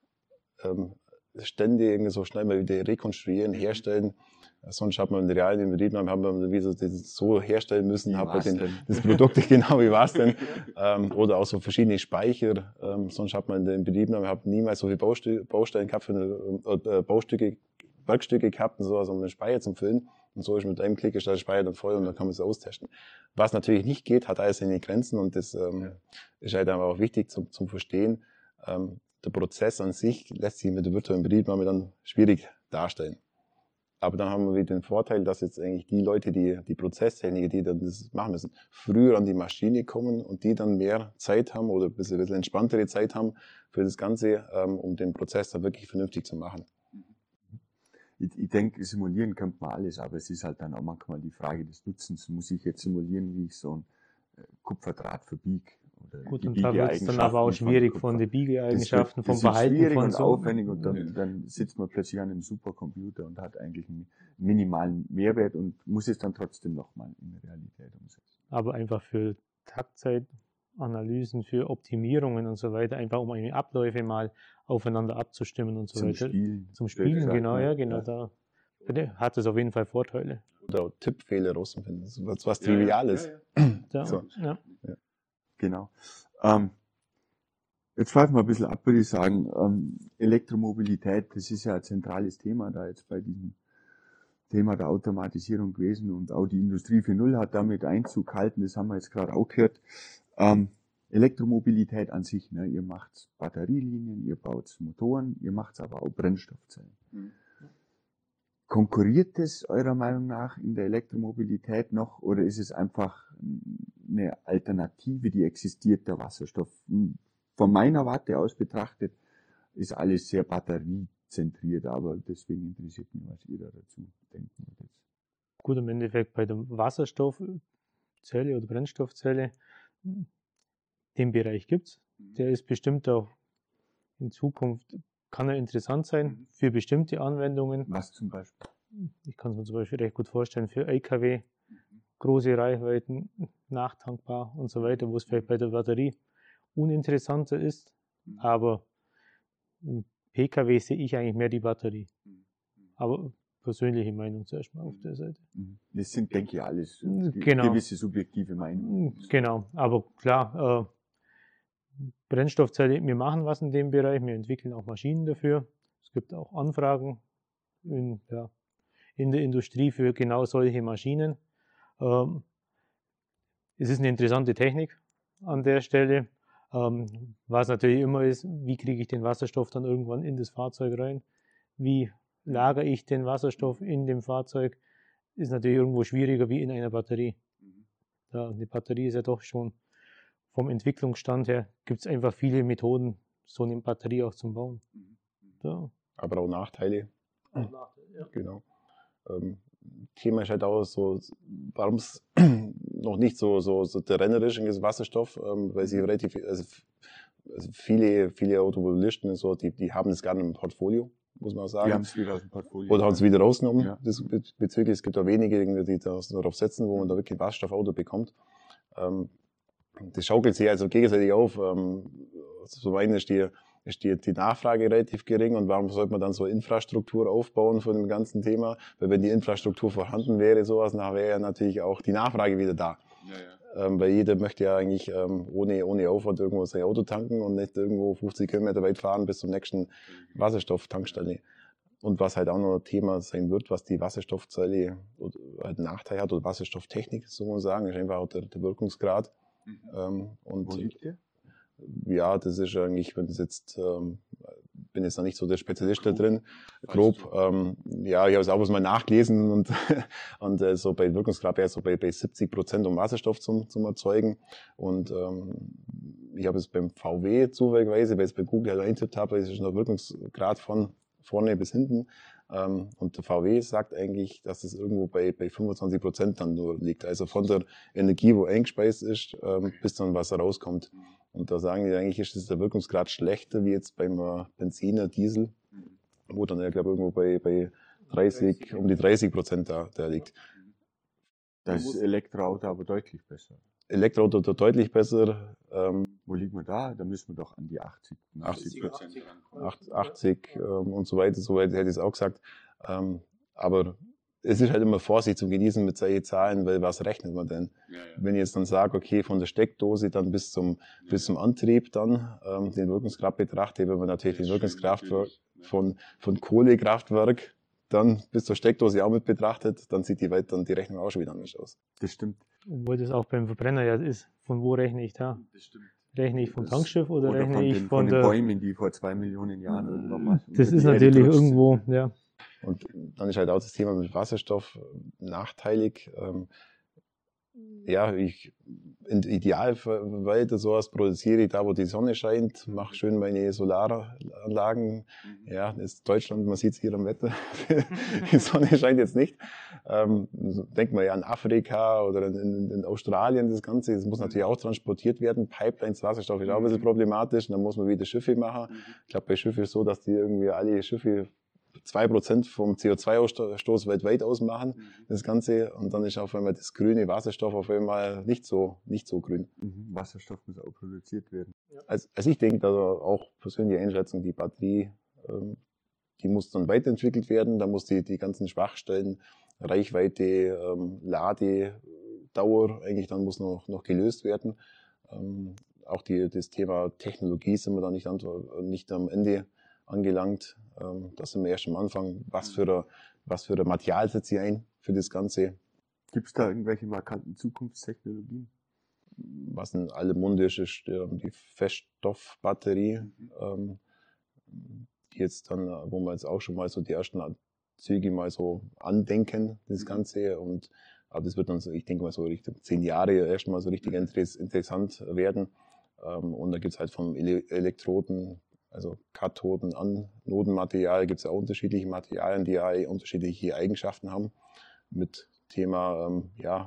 Stände irgendwie so schnell mal wieder rekonstruieren, herstellen. Sonst hat man in der realen Betriebnahme, haben wir das so herstellen müssen, hat man das Produkt, genau, wie war es denn? Oder auch so verschiedene Speicher. Sonst hat man in der Betriebnahme niemals so viele Baustellen gehabt, Werkstücke gehabt und sowas, um den Speicher zu füllen. Und so ist mit einem Klick ist der Speicher dann voll und dann kann man es austesten. Was natürlich nicht geht, hat alles seine Grenzen und das ist halt aber auch wichtig zum Verstehen. Der Prozess an sich lässt sich mit der virtuellen Betriebnahme dann schwierig darstellen. Aber dann haben wir wieder den Vorteil, dass jetzt eigentlich die Leute, die Prozesstechniker, die dann das machen müssen, früher an die Maschine kommen und die dann mehr Zeit haben oder ein bisschen entspanntere Zeit haben für das Ganze, um den Prozess dann wirklich vernünftig zu machen. Ich denke, simulieren könnte man alles, aber es ist halt dann auch manchmal die Frage des Nutzens. Muss ich jetzt simulieren, wie ich so ein Kupferdraht verbiege? Gut, und da wird es dann aber auch schwierig von den Biegeeigenschaften, vom Verhalten schwierig von und so. aufwendig und dann sitzt man plötzlich an einem Supercomputer und hat eigentlich einen minimalen Mehrwert und muss es dann trotzdem nochmal in der Realität umsetzen. Aber einfach für Taktzeitanalysen, für Optimierungen und so weiter, einfach um eine Abläufe mal aufeinander abzustimmen und so weiter. Zum Spielen, genau, ja, genau. Da hat es auf jeden Fall Vorteile. Oder auch Tippfehler rausfinden, was trivial ist. So. Genau. Jetzt schweifen wir ein bisschen ab, würde ich sagen. Elektromobilität, das ist ja ein zentrales Thema da jetzt bei diesem Thema der Automatisierung gewesen und auch die Industrie 4.0 hat damit Einzug gehalten, das haben wir jetzt gerade auch gehört. Elektromobilität an sich, ne? Ihr macht Batterielinien, ihr baut Motoren, ihr macht aber auch Brennstoffzellen. Konkurriert das eurer Meinung nach in der Elektromobilität noch oder ist es einfach eine Alternative, die existiert, der Wasserstoff? Von meiner Warte aus betrachtet ist alles sehr batteriezentriert, aber deswegen interessiert mich, was ihr da dazu denken würdet. Gut, im Endeffekt bei der Wasserstoffzelle oder Brennstoffzelle, den Bereich gibt's. Der ist bestimmt auch in Zukunft, kann er interessant sein für bestimmte Anwendungen. Was zum Beispiel? Ich kann es mir zum Beispiel recht gut vorstellen für LKW, große Reichweiten, nachtankbar und so weiter, wo es vielleicht bei der Batterie uninteressanter ist. Aber im PKW sehe ich eigentlich mehr die Batterie. Aber persönliche Meinung zuerst mal auf der Seite. Das sind, denke ich, alles gewisse subjektive Meinungen. Genau, aber klar, Brennstoffzelle, wir machen was in dem Bereich, wir entwickeln auch Maschinen dafür. Es gibt auch Anfragen in der Industrie für genau solche Maschinen. Es ist eine interessante Technik an der Stelle. Was natürlich immer ist, wie kriege ich den Wasserstoff dann irgendwann in das Fahrzeug rein? Wie lagere ich den Wasserstoff in dem Fahrzeug? Ist natürlich irgendwo schwieriger wie in einer Batterie. Eine Batterie ist ja doch schon vom Entwicklungsstand her, gibt es einfach viele Methoden, so eine Batterie auch zu bauen. Ja. Aber auch Nachteile. Ja. Genau. Thema ist halt auch so, warum es noch nicht so der Renner ist in Wasserstoff, weil sie relativ, also viele Automobilisten so, die haben das gar nicht im Portfolio, muss man auch sagen. Die haben es wieder aus dem Portfolio. Oder haben es wieder rausgenommen. Ja. Bezüglich, es gibt da wenige, die darauf setzen, wo man da wirklich ein Wasserstoffauto bekommt. Das schaukelt sich also gegenseitig auf. Zum einen ist die Nachfrage relativ gering und warum sollte man dann so Infrastruktur aufbauen von dem ganzen Thema? Weil wenn die Infrastruktur vorhanden wäre, sowas, dann wäre ja natürlich auch die Nachfrage wieder da. Weil jeder möchte ja eigentlich ohne Aufwand irgendwo sein Auto tanken und nicht irgendwo 50 Kilometer weit fahren bis zum nächsten Wasserstofftankstelle. Und was halt auch noch ein Thema sein wird, was die Wasserstoffzelle halt einen Nachteil hat, oder Wasserstofftechnik, so muss man sagen, ist einfach auch der Wirkungsgrad. Und Wo liegt der? ja, das ist eigentlich, wenn das jetzt, bin jetzt noch nicht so der Spezialist da drin, grob, ja, ich habe es auch mal nachgelesen und so bei Wirkungsgrad wäre es so bei 70%, um Wasserstoff zum Erzeugen. Und ich habe es beim VW zufälligerweise, weil ich es bei Google halt eingetippt habe, ist noch Wirkungsgrad von vorne bis hinten. Und der VW sagt eigentlich, dass es irgendwo bei 25% dann nur liegt. Also von der Energie, wo eingespeist ist, bis dann was rauskommt. Und da sagen die eigentlich, ist der Wirkungsgrad schlechter wie jetzt beim Benziner, Diesel, wo dann, ich glaube, irgendwo bei 30, um die 30% da liegt. Da ist Elektroauto aber deutlich besser. Elektroauto deutlich besser. Wo liegt man da? Da müssen wir doch an die 80, 90%. 80 und so weiter, hätte ich es auch gesagt. Aber es ist halt immer Vorsicht zum Genießen mit solchen Zahlen, weil was rechnet man denn? Ja. Wenn ich jetzt dann sage, okay, von der Steckdose dann bis zum Antrieb dann den Wirkungsgrad betrachte, wenn man natürlich den Wirkungsgrad von Kohlekraftwerk dann bis zur Steckdose auch mit betrachtet, dann sieht die Rechnung auch schon wieder anders aus. Das stimmt. Obwohl das auch beim Verbrenner ja ist. Von wo rechne ich da? Das stimmt. Rechne ich vom Tankschiff oder rechne ich von den Bäumen, die vor 2 Millionen Jahren irgendwann mal. Das ist natürlich irgendwo, ja. Und dann ist halt auch das Thema mit Wasserstoff nachteilig. Ja, in der Idealwelt sowas produziere ich da, wo die Sonne scheint, mache schön meine Solaranlagen. Ja, das ist Deutschland, man sieht es hier am Wetter. Die Sonne scheint jetzt nicht. Denkt man ja an Afrika oder in Australien, das Ganze. Das muss natürlich auch transportiert werden. Pipelines, Wasserstoff ist auch ein bisschen problematisch. Dann muss man wieder Schiffe machen. Ich glaube, bei Schiffen ist es so, dass die irgendwie alle Schiffe 2% vom CO2-Ausstoß weltweit ausmachen, das Ganze. Und dann ist auf einmal das grüne Wasserstoff auf einmal nicht so grün. Wasserstoff muss auch produziert werden. Also ich denke, also auch persönliche Einschätzung, die Batterie, die muss dann weiterentwickelt werden. Da muss die ganzen Schwachstellen, Reichweite, Ladedauer eigentlich dann muss noch gelöst werden. Auch das Thema Technologie sind wir da nicht am Ende angelangt. Das sind wir erst am Anfang. Was für ein Material setze ich ein für das Ganze? Gibt es da irgendwelche markanten Zukunftstechnologien? Was in allem Munde ist die Feststoffbatterie, die jetzt dann, wo wir jetzt auch schon mal so die ersten Züge mal so andenken, das Ganze. Aber das wird dann so, ich denke mal so Richtung 10 Jahre erstmal so richtig interessant werden. Und da gibt es halt vom Elektroden, also Kathoden, Anodenmaterial, gibt es ja auch unterschiedliche Materialien, die ja unterschiedliche Eigenschaften haben. Mit Thema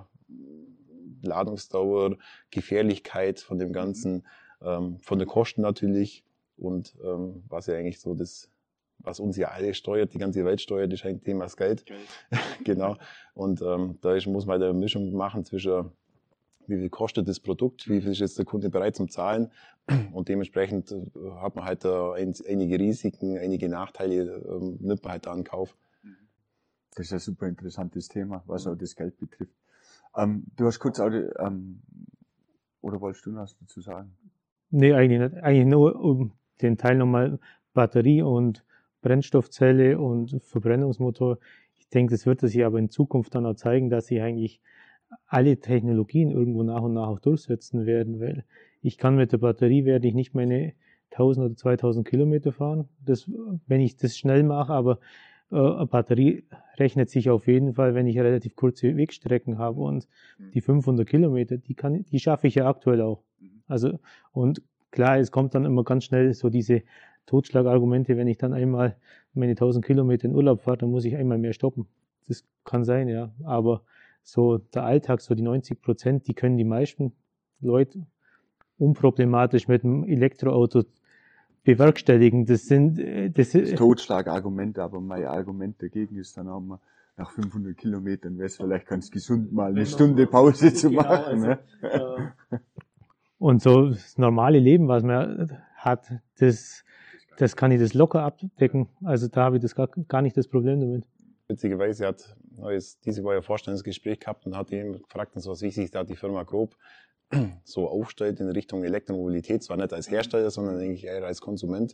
Ladungsdauer, Gefährlichkeit von dem Ganzen, von den Kosten natürlich. Und was ja eigentlich so was uns ja alle steuert, die ganze Welt steuert, ist ein Thema das Geld. Genau. Und da muss man halt eine Mischung machen zwischen wie viel kostet das Produkt, wie viel ist jetzt der Kunde bereit zum Zahlen, und dementsprechend hat man halt einige Risiken, einige Nachteile, nimmt man halt da in Kauf. Das ist ein super interessantes Thema, was auch das Geld betrifft. Du hast kurz auch, oder wolltest du noch was dazu sagen? Nee, eigentlich nicht. Eigentlich nur um den Teil nochmal Batterie und Brennstoffzelle und Verbrennungsmotor. Ich denke, das wird sich aber in Zukunft dann auch zeigen, dass sich eigentlich alle Technologien irgendwo nach und nach auch durchsetzen werden, weil ich kann mit der Batterie werde ich nicht meine 1000 oder 2000 Kilometer fahren, wenn ich das schnell mache, aber eine Batterie rechnet sich auf jeden Fall, wenn ich relativ kurze Wegstrecken habe, und die 500 Kilometer, die schaffe ich ja aktuell auch. Also, und klar, es kommt dann immer ganz schnell so diese Totschlagargumente, wenn ich dann einmal meine 1000 Kilometer in Urlaub fahre, dann muss ich einmal mehr stoppen. Das kann sein, ja, aber so der Alltag, so die 90%, die können die meisten Leute unproblematisch mit einem Elektroauto bewerkstelligen. Das ist Totschlagargument, aber mein Argument dagegen ist dann auch mal, nach 500 Kilometern wäre es vielleicht ganz gesund, mal eine Stunde Pause zu machen. Genau, also, ne? Und so das normale Leben, was man hat, das kann ich das locker abdecken. Also da habe ich das gar nicht das Problem damit. Witzigerweise hat diese Woche ein Vorstellungsgespräch gehabt und hat ihn gefragt, was wichtig da die Firma Grob so aufstellt in Richtung Elektromobilität, zwar nicht als Hersteller, sondern eigentlich eher als Konsument.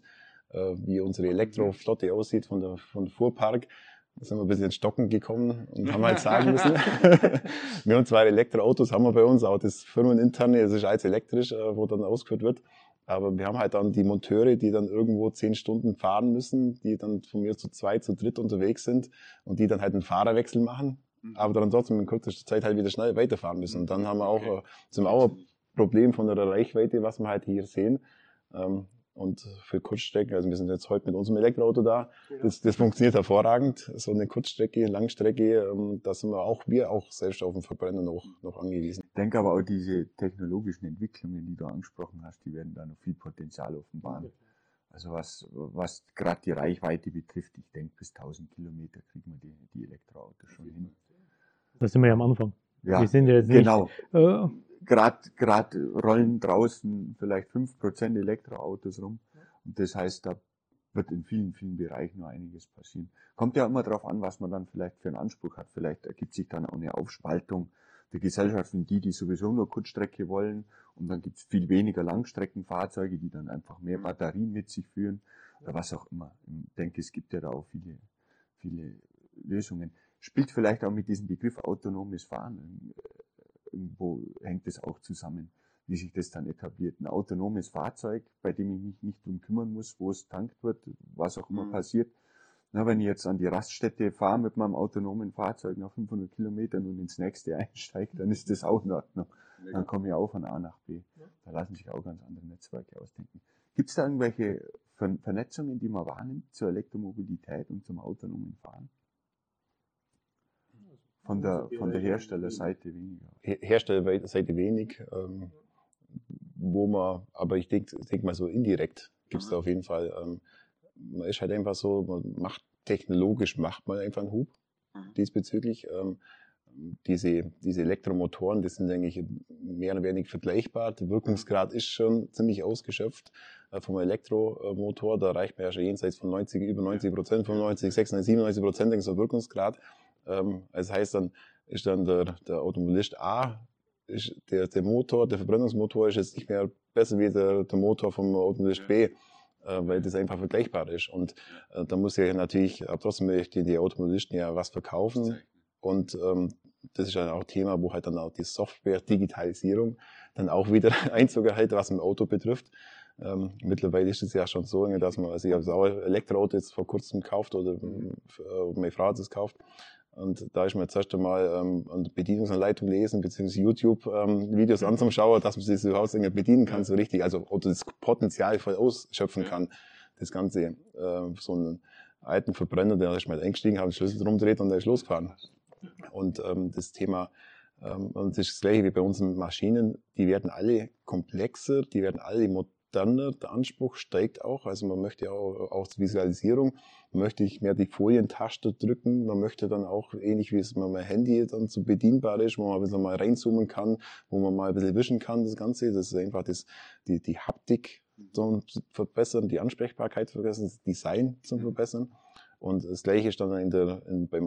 wie unsere Elektroflotte aussieht von Fuhrpark. Da sind wir ein bisschen ins Stocken gekommen und haben halt sagen müssen, wir haben 2 Elektroautos, haben wir bei uns, auch das firmeninterne, das ist alles elektrisch, wo dann ausgeführt wird. Aber wir haben halt dann die Monteure, die dann irgendwo 10 Stunden fahren müssen, die dann von mir zu 2, zu 3 unterwegs sind und die dann halt einen Fahrerwechsel machen, aber dann trotzdem in kürzester Zeit halt wieder schnell weiterfahren müssen. Und dann haben wir auch, sind wir auch ein Problem von der Reichweite, was wir halt hier sehen. Und für Kurzstrecken, also wir sind jetzt heute mit unserem Elektroauto da, das funktioniert hervorragend. So eine Kurzstrecke, Langstrecke, da sind wir auch selbst auf den Verbrenner noch angewiesen. Ich denke aber auch diese technologischen Entwicklungen, die du angesprochen hast, die werden da noch viel Potenzial offenbaren. Also was gerade die Reichweite betrifft, ich denke bis 1000 Kilometer kriegen wir die Elektroautos schon hin. Da sind wir ja am Anfang. Ja, Wir sind ja jetzt genau. nicht, Gerade rollen draußen vielleicht 5% Elektroautos rum. Und das heißt, da wird in vielen, vielen Bereichen noch einiges passieren. Kommt ja immer darauf an, was man dann vielleicht für einen Anspruch hat. Vielleicht ergibt sich dann auch eine Aufspaltung der Gesellschaft in die sowieso nur Kurzstrecke wollen. Und dann gibt es viel weniger Langstreckenfahrzeuge, die dann einfach mehr Batterien mit sich führen. Oder was auch immer. Ich denke, es gibt ja da auch viele, viele Lösungen. Spielt vielleicht auch mit diesem Begriff autonomes Fahren. Irgendwo hängt es auch zusammen, wie sich das dann etabliert. Ein autonomes Fahrzeug, bei dem ich mich nicht drum kümmern muss, wo es tankt wird, was auch immer passiert. Na, wenn ich jetzt an die Raststätte fahre mit meinem autonomen Fahrzeug nach 500 Kilometern und ins nächste einsteige, dann ist das auch in Ordnung. Dann komme ich auch von A nach B. Da lassen sich auch ganz andere Netzwerke ausdenken. Gibt es da irgendwelche Vernetzungen, die man wahrnimmt zur Elektromobilität und zum autonomen Fahren? Von der Herstellerseite weniger. Herstellerseite wenig, aber ich denk mal so indirekt gibt es da auf jeden Fall. Man ist halt einfach so, technologisch macht man einfach einen Hub diesbezüglich. Diese Elektromotoren, das sind eigentlich mehr oder weniger vergleichbar. Der Wirkungsgrad ist schon ziemlich ausgeschöpft vom Elektromotor. Da reicht man ja schon jenseits von über 90%, 95, 96, 97% so Wirkungsgrad. Das heißt, dann ist dann der Automobilist A, ist der Motor, der Verbrennungsmotor ist jetzt nicht mehr besser wie der Motor vom Automobilist B, weil das einfach vergleichbar ist. Und da muss ja natürlich, aber trotzdem möchte die Automobilisten ja was verkaufen. Und das ist dann auch Thema, wo halt dann auch die Software-Digitalisierung dann auch wieder Einzug erhält, was im Auto betrifft. Mittlerweile ist es ja schon so, dass man, also ich habe auch ein Elektroauto jetzt vor kurzem gekauft oder meine Frau hat es gekauft. Und da ist mir jetzt erst einmal an der Bedienungsanleitung lesen, beziehungsweise YouTube-Videos anschauen, dass man sich so überhaupt bedienen kann, so richtig, also oder das Potenzial voll ausschöpfen kann. Das Ganze, so einen alten Verbrenner, der ist mal eingestiegen, hat den Schlüssel rumgedreht und der ist losgefahren. Und das Thema, und das ist das Gleiche wie bei unseren Maschinen, die werden alle komplexer, die werden alle moderner, der Anspruch steigt auch, also man möchte ja auch zur Visualisierung, man möchte nicht mehr die Folientaste drücken, man möchte dann auch, ähnlich wie es mit meinem Handy dann so bedienbar ist, wo man ein bisschen mal reinzoomen kann, wo man mal ein bisschen wischen kann, das Ganze, das ist einfach die Haptik zu verbessern, die Ansprechbarkeit zu verbessern, das Design zu verbessern. Und das Gleiche ist dann beim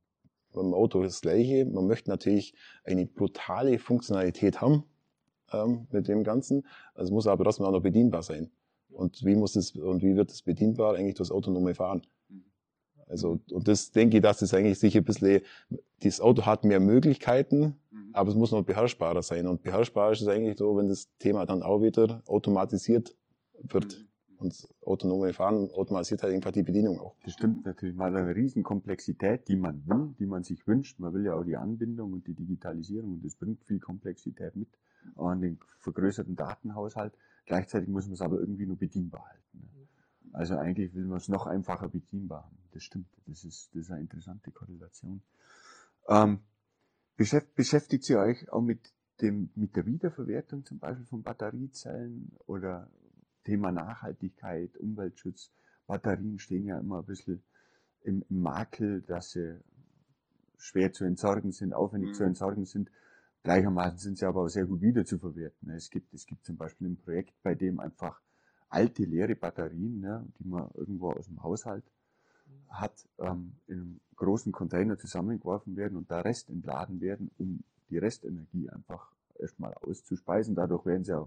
Auto das Gleiche. Man möchte natürlich eine brutale Funktionalität haben mit dem Ganzen. Also es muss aber trotzdem auch noch bedienbar sein. Und wie wird es bedienbar? Eigentlich durch das autonome Fahren. Also, und das denke ich, dass das eigentlich sicher ein bisschen, das Auto hat mehr Möglichkeiten, aber es muss noch beherrschbarer sein. Und beherrschbar ist es eigentlich so, wenn das Thema dann auch wieder automatisiert wird. Und das autonome Fahren automatisiert halt einfach die Bedienung auch. Das stimmt natürlich. Man hat eine riesen Komplexität, die man will, die man sich wünscht. Man will ja auch die Anbindung und die Digitalisierung und das bringt viel Komplexität mit. Auch an den vergrößerten Datenhaushalt. Gleichzeitig muss man es aber irgendwie nur bedienbar halten. Also eigentlich will man es noch einfacher bedienbar haben. Das stimmt. Das ist eine interessante Korrelation. Beschäftigt ihr euch auch mit der Wiederverwertung zum Beispiel von Batteriezellen oder Thema Nachhaltigkeit, Umweltschutz? Batterien stehen ja immer ein bisschen im Makel, dass sie schwer zu entsorgen sind, aufwendig zu entsorgen sind. Gleichermaßen sind sie aber auch sehr gut wiederzuverwerten. Es gibt zum Beispiel ein Projekt, bei dem einfach alte, leere Batterien, die man irgendwo aus dem Haushalt hat, in einem großen Container zusammengeworfen werden und da restentladen werden, um die Restenergie einfach erstmal auszuspeisen. Dadurch werden sie auch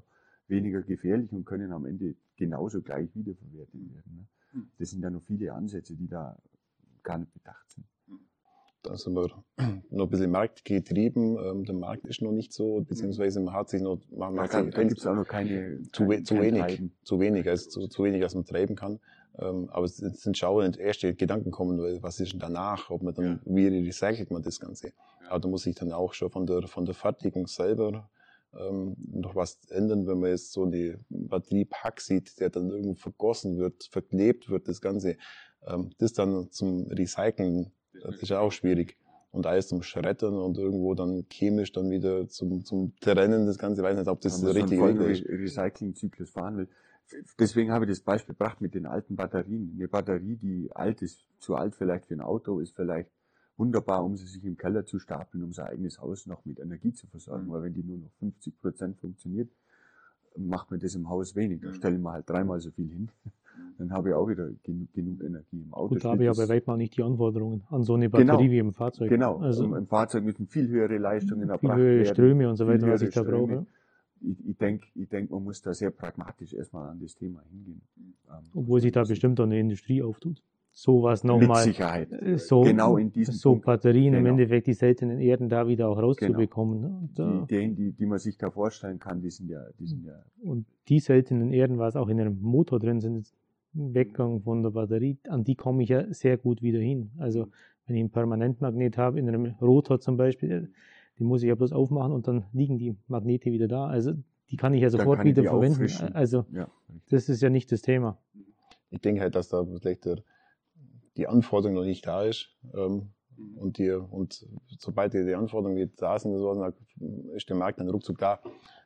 weniger gefährlich und können am Ende genauso gleich wiederverwertet werden. Ne? Das sind ja noch viele Ansätze, die da gar nicht bedacht sind. Da sind wir noch ein bisschen marktgetrieben. Der Markt ist noch nicht so, beziehungsweise man hat sich noch, Da gibt es auch noch keine zu wenig, Treiben. zu wenig, also zu wenig, als man treiben kann. Aber es sind schon erste Gedanken kommen, weil was ist denn danach, ob man dann, wie recycelt man das Ganze. Aber da muss sich dann auch schon von der Fertigung selber noch was ändern, wenn man jetzt so die Batteriepack sieht, der dann irgendwo vergossen wird, verklebt wird, das Ganze. Das dann zum Recyceln, das ist ja auch schwierig. Und alles zum Schreddern und irgendwo dann chemisch dann wieder zum Trennen, das Ganze, ich weiß nicht, ob das der richtige Weg ist. Recyclingzyklus fahren will. Deswegen habe ich das Beispiel gebracht mit den alten Batterien. Eine Batterie, die alt ist, zu alt vielleicht für ein Auto, ist vielleicht wunderbar, um sie sich im Keller zu stapeln, um sein eigenes Haus noch mit Energie zu versorgen. Weil wenn die nur noch 50% funktioniert, macht man das im Haus weniger. Stellen wir halt 3-mal so viel hin. Dann habe ich auch wieder genug Energie im Auto. Gut, da habe ich aber weit mal nicht die Anforderungen an so eine Batterie wie im Fahrzeug. Genau, also im Fahrzeug müssen viel höhere Leistungen erbracht viel höhere werden. Ströme und so weiter, was höhere ich da Ströme. brauche. Ich denke, man muss da sehr pragmatisch erstmal an das Thema hingehen. Obwohl sich da bestimmt auch eine Industrie auftut. Sowas Mit nochmal, Sicherheit. so, Genau in diesem so Punkt. Batterien im Genau. Endeffekt die seltenen Erden da wieder auch rauszubekommen. Und, Die man sich da vorstellen kann, die sind ja. Und die seltenen Erden, was auch in einem Motor drin sind, Weggang von der Batterie, an die komme ich ja sehr gut wieder hin. Also wenn ich einen Permanentmagnet habe, in einem Rotor zum Beispiel, den muss ich ja bloß aufmachen und dann liegen die Magnete wieder da. Also die kann ich ja sofort wieder verwenden. Auffrischen. Also Ja, das ist ja nicht das Thema. Ich denke halt, dass da vielleicht die Anforderung noch nicht da ist. Und sobald die Anforderungen wieder da sind, dann ist der Markt dann ruckzuck da.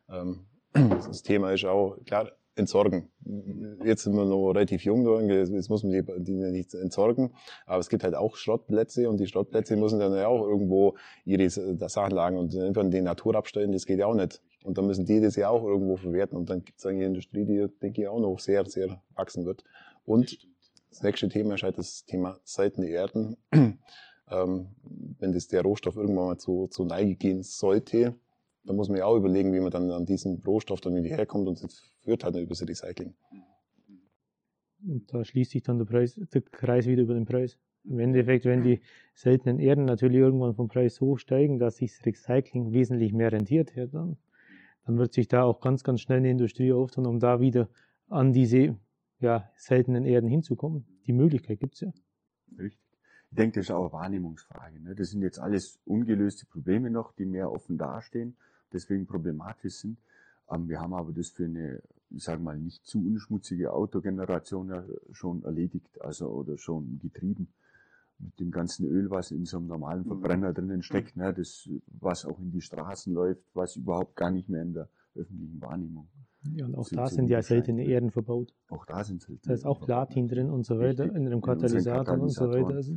Das Thema ist auch, klar, entsorgen. Jetzt sind wir noch relativ jung, jetzt muss man die nicht entsorgen, aber es gibt halt auch Schrottplätze und die Schrottplätze müssen dann ja auch irgendwo ihre Sachen lagern und einfach in die Natur abstellen, das geht ja auch nicht. Und dann müssen die das ja auch irgendwo verwerten und dann gibt es eine Industrie, die, denke ich, auch noch sehr, sehr wachsen wird. Und das nächste Thema ist halt das Thema seltene Erden. Wenn das der Rohstoff irgendwann mal zu Neige gehen sollte, dann muss man ja auch überlegen, wie man dann an diesen Rohstoff dann wieder herkommt und das führt halt nicht über das Recycling. Und da schließt sich dann der Kreis wieder über den Preis. Im Endeffekt, wenn die seltenen Erden natürlich irgendwann vom Preis so steigen, dass sich das Recycling wesentlich mehr rentiert, ja, dann wird sich da auch ganz, ganz schnell eine Industrie auftun, um da wieder an diese seltenen Erden hinzukommen. Die Möglichkeit gibt es ja. Richtig. Ich denke, das ist auch eine Wahrnehmungsfrage. Ne? Das sind jetzt alles ungelöste Probleme noch, die mehr offen dastehen, deswegen problematisch sind. Wir haben aber das für eine, ich sage mal, nicht zu unschmutzige Autogeneration ja schon erledigt, also oder schon getrieben. Mit dem ganzen Öl, was in so einem normalen Verbrenner drinnen steckt, ne? Das, was auch in die Straßen läuft, was überhaupt gar nicht mehr in der öffentlichen Wahrnehmung. Ja, und auch da sind ja seltene Erden verbaut. Auch da sind seltene Erden. Da ist auch Platin drin und so weiter, Richtig. in einem Katalysator und so weiter. Also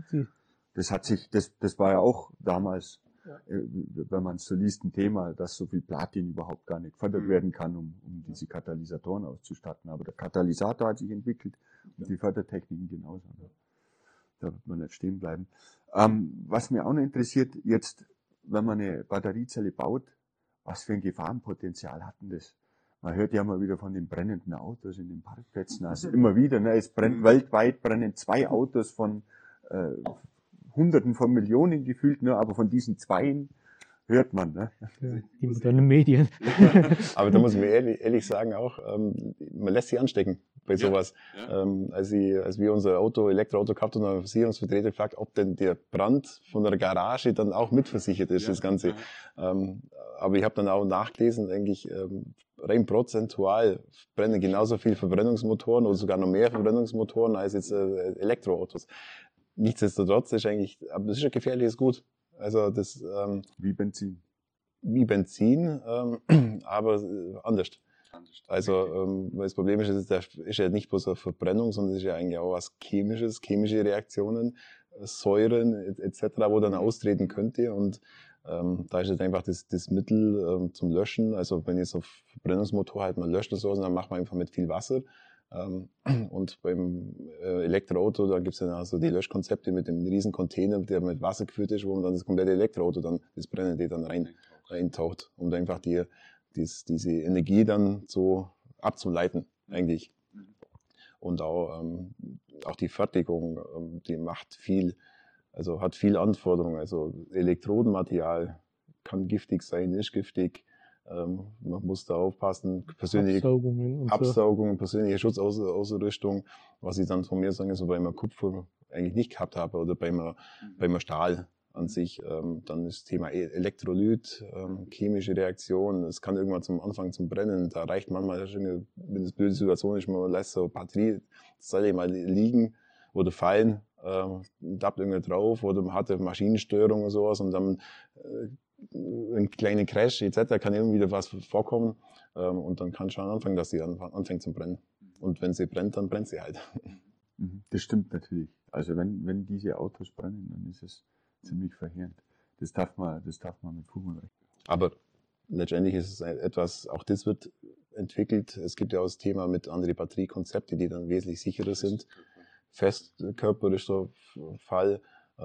Das war ja auch damals, wenn man es so liest, ein Thema, dass so viel Platin überhaupt gar nicht gefördert werden kann, um diese Katalysatoren auszustatten. Aber der Katalysator hat sich entwickelt und die Fördertechniken genauso. Da wird man nicht stehen bleiben. Was mir auch noch interessiert, jetzt, wenn man eine Batteriezelle baut, was für ein Gefahrenpotenzial hat denn das? Man hört ja immer wieder von den brennenden Autos in den Parkplätzen. Also immer wieder, ne, es brennt weltweit, brennen 2 Autos von Hunderten von Millionen gefühlt, ne, aber von diesen 2 hört man. Ne? Ja, die modernen Medien. Aber da muss ich mir ehrlich sagen auch, man lässt sich anstecken bei sowas. Ja. Als wir unser Elektroauto gehabt haben, haben sie uns Vertreter gefragt, ob denn der Brand von der Garage dann auch mitversichert ist, das Ganze. Aber ich habe dann auch nachgelesen, eigentlich rein prozentual brennen genauso viel Verbrennungsmotoren oder sogar noch mehr Verbrennungsmotoren als jetzt Elektroautos. Nichtsdestotrotz ist eigentlich, aber das ist ein gefährliches Gut. Also das wie Benzin. Wie Benzin, aber anders. Also das Problem ist, es ist ja nicht bloß eine Verbrennung, sondern es ist ja eigentlich auch was Chemisches, chemische Reaktionen, Säuren etc., wo dann austreten könnte. Und da ist jetzt einfach das Mittel zum Löschen. Also wenn ihr so Verbrennungsmotor halt mal löscht oder so, dann macht man einfach mit viel Wasser. Und beim Elektroauto, da gibt es dann also die Löschkonzepte mit dem riesen Container, der mit Wasser gefüllt ist, wo man dann das komplette Elektroauto dann, das Brennende dann reintaucht, um da einfach diese Energie dann so abzuleiten, eigentlich. Und auch die Fertigung, die macht viel, also hat viel Anforderungen. Also Elektrodenmaterial kann giftig sein, ist giftig. Man muss da aufpassen. Persönliche Absaugungen, persönliche Schutzausrüstung, was ich dann von mir sagen, so bei mir Kupfer eigentlich nicht gehabt habe oder bei mir Stahl an sich. Dann ist das Thema Elektrolyt, chemische Reaktion. Es kann irgendwann zum Anfang zum Brennen. Da reicht manchmal, wenn es eine blöde Situation ist, man lässt so eine Batteriezelle mal liegen oder fallen, tappt irgendwie drauf oder man hatte Maschinenstörung oder sowas und dann ein kleiner Crash etc. kann irgendwie wieder was vorkommen und dann kann schon anfangen, dass sie anfängt zu brennen. Und wenn sie brennt, dann brennt sie halt. Das stimmt natürlich. Also wenn diese Autos brennen, dann ist es ziemlich verheerend. Das darf man mit Fug und Recht. Aber letztendlich ist es etwas, auch das wird entwickelt. Es gibt ja auch das Thema mit anderen Batteriekonzepte, die dann wesentlich sicherer sind. Festkörper ist so ein Fall.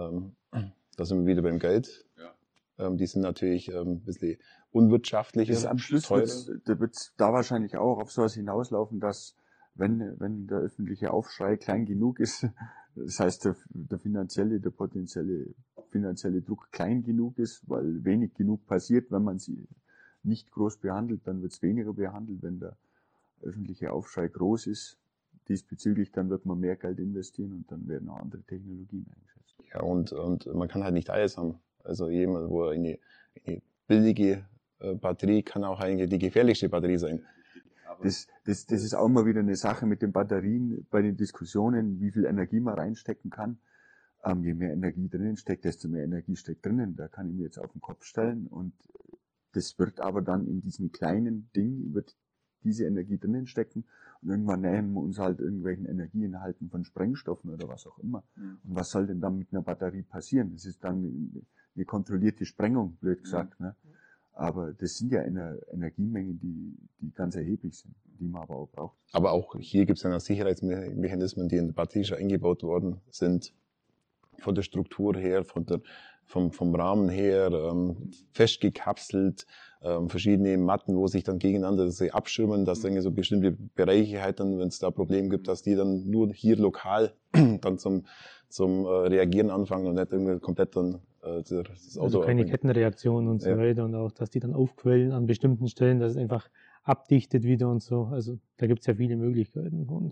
Da sind wir wieder beim Geld. Ja. Die sind natürlich ein bisschen unwirtschaftlicher. Das am Schluss wird da wahrscheinlich auch auf sowas hinauslaufen, dass wenn der öffentliche Aufschrei klein genug ist, das heißt der potenzielle finanzielle Druck klein genug ist, weil wenig genug passiert, wenn man sie nicht groß behandelt, dann wird es weniger behandelt. Wenn der öffentliche Aufschrei groß ist, diesbezüglich, dann wird man mehr Geld investieren und dann werden auch andere Technologien eingesetzt. Ja, und man kann halt nicht alles haben. Also jemand, wo eine billige Batterie kann auch eigentlich die gefährlichste Batterie sein. Das ist auch immer wieder eine Sache mit den Batterien bei den Diskussionen, wie viel Energie man reinstecken kann. Je mehr Energie drinnen steckt, desto mehr Energie steckt drinnen. Da kann ich mir jetzt auf den Kopf stellen und das wird aber dann in diesem kleinen Ding, wird diese Energie drinnen stecken und irgendwann nähern wir uns halt irgendwelchen Energieinhalten von Sprengstoffen oder was auch immer. Und was soll denn dann mit einer Batterie passieren? Das ist dann eine kontrollierte Sprengung, blöd gesagt. Ne? Aber das sind ja Energiemengen, die ganz erheblich sind, die man aber auch braucht. Aber auch hier gibt es ja noch Sicherheitsmechanismen, die in der Batterie schon eingebaut worden sind. Von der Struktur her, vom Rahmen her, festgekapselt, verschiedene Matten, wo sich dann gegeneinander abschirmen, dass dann so bestimmte Bereiche halt dann, wenn es da Probleme gibt, dass die dann nur hier lokal dann zum Reagieren anfangen und nicht irgendwie komplett dann das Auto. Also keine Kettenreaktion und so weiter und auch, dass die dann aufquellen an bestimmten Stellen, dass es einfach abdichtet wieder und so. Also da gibt es ja viele Möglichkeiten und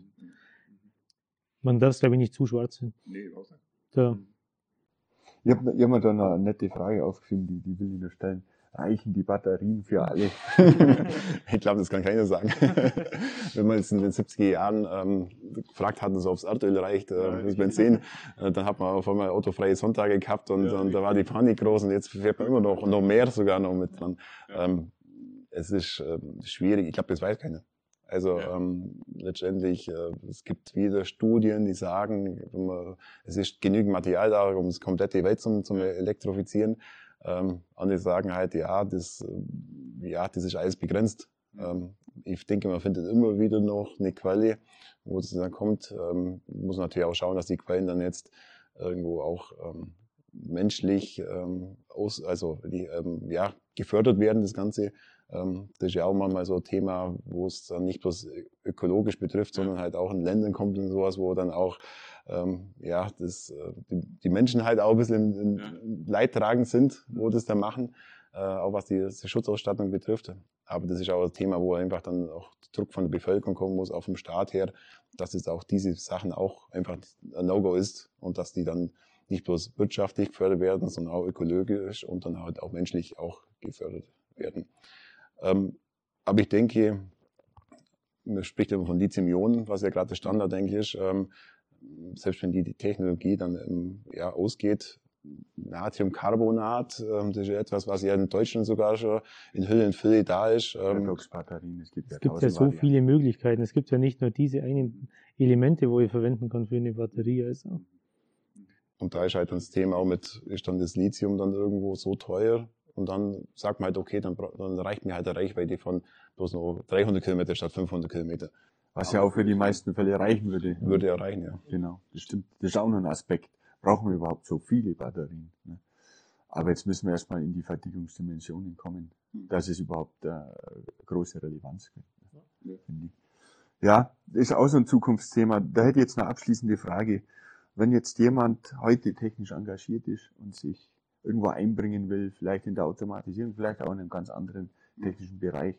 man darf es, glaube ich, nicht zu schwarz sehen. Nee, überhaupt nicht. So. Ich hab mir da noch eine nette Frage aufgeschrieben, die will ich noch stellen. Reichen die Batterien für alle? Ich glaube, das kann keiner sagen. Wenn man jetzt in den 70er Jahren gefragt hat, ob das Erdöl reicht, das Benzin, dann hat man auf einmal autofreie Sonntage gehabt und da war die Panik groß und jetzt fährt man immer noch und noch mehr sogar noch mit dran. Es ist schwierig, ich glaube, das weiß keiner. Also letztendlich, es gibt wieder Studien, die sagen, es ist genügend Material da, um das komplette Welt zum Elektrifizieren. Andere sagen halt, das ist alles begrenzt. Ich denke, man findet immer wieder noch eine Quelle, wo es dann kommt. Muss natürlich auch schauen, dass die Quellen dann jetzt irgendwo auch menschlich gefördert werden, das Ganze. Das ist ja auch manchmal so ein Thema, wo es dann nicht bloß ökologisch betrifft, sondern halt auch in Ländern kommt und sowas, wo dann auch die Menschen halt auch ein bisschen leidtragend sind, wo das dann machen, auch was die Schutzausstattung betrifft. Aber das ist auch ein Thema, wo einfach dann auch Druck von der Bevölkerung kommen muss, auch vom Staat her, dass es auch diese Sachen auch einfach ein No-Go ist und dass die dann nicht bloß wirtschaftlich gefördert werden, sondern auch ökologisch und dann halt auch menschlich auch gefördert werden. Aber ich denke, man spricht immer von Lithium-Ionen, was ja gerade der Standard, denke ich, ist. Selbst wenn die Technologie dann ausgeht, Natriumcarbonat, das ist ja etwas, was ja in Deutschland sogar schon in Hülle und Fülle da ist. Es gibt ja so viele Möglichkeiten. Es gibt ja nicht nur diese einen Elemente, wo ihr verwenden kann für eine Batterie. Also. Und da ist halt dann das Thema auch ist dann das Lithium dann irgendwo so teuer? Und dann sagt man halt, okay, dann reicht mir halt eine Reichweite von bloß noch 300 Kilometer statt 500 Kilometer. Was ja auch für die meisten Fälle reichen würde. Würde ja reichen, ja. Genau, das stimmt. Das ist auch noch ein Aspekt. Brauchen wir überhaupt so viele Batterien? Ne? Aber jetzt müssen wir erstmal in die Fertigungsdimensionen kommen, dass es überhaupt große Relevanz gibt, finde ich. Ja, das ist auch so ein Zukunftsthema. Da hätte ich jetzt eine abschließende Frage. Wenn jetzt jemand heute technisch engagiert ist und sich irgendwo einbringen will, vielleicht in der Automatisierung, vielleicht auch in einem ganz anderen technischen Bereich,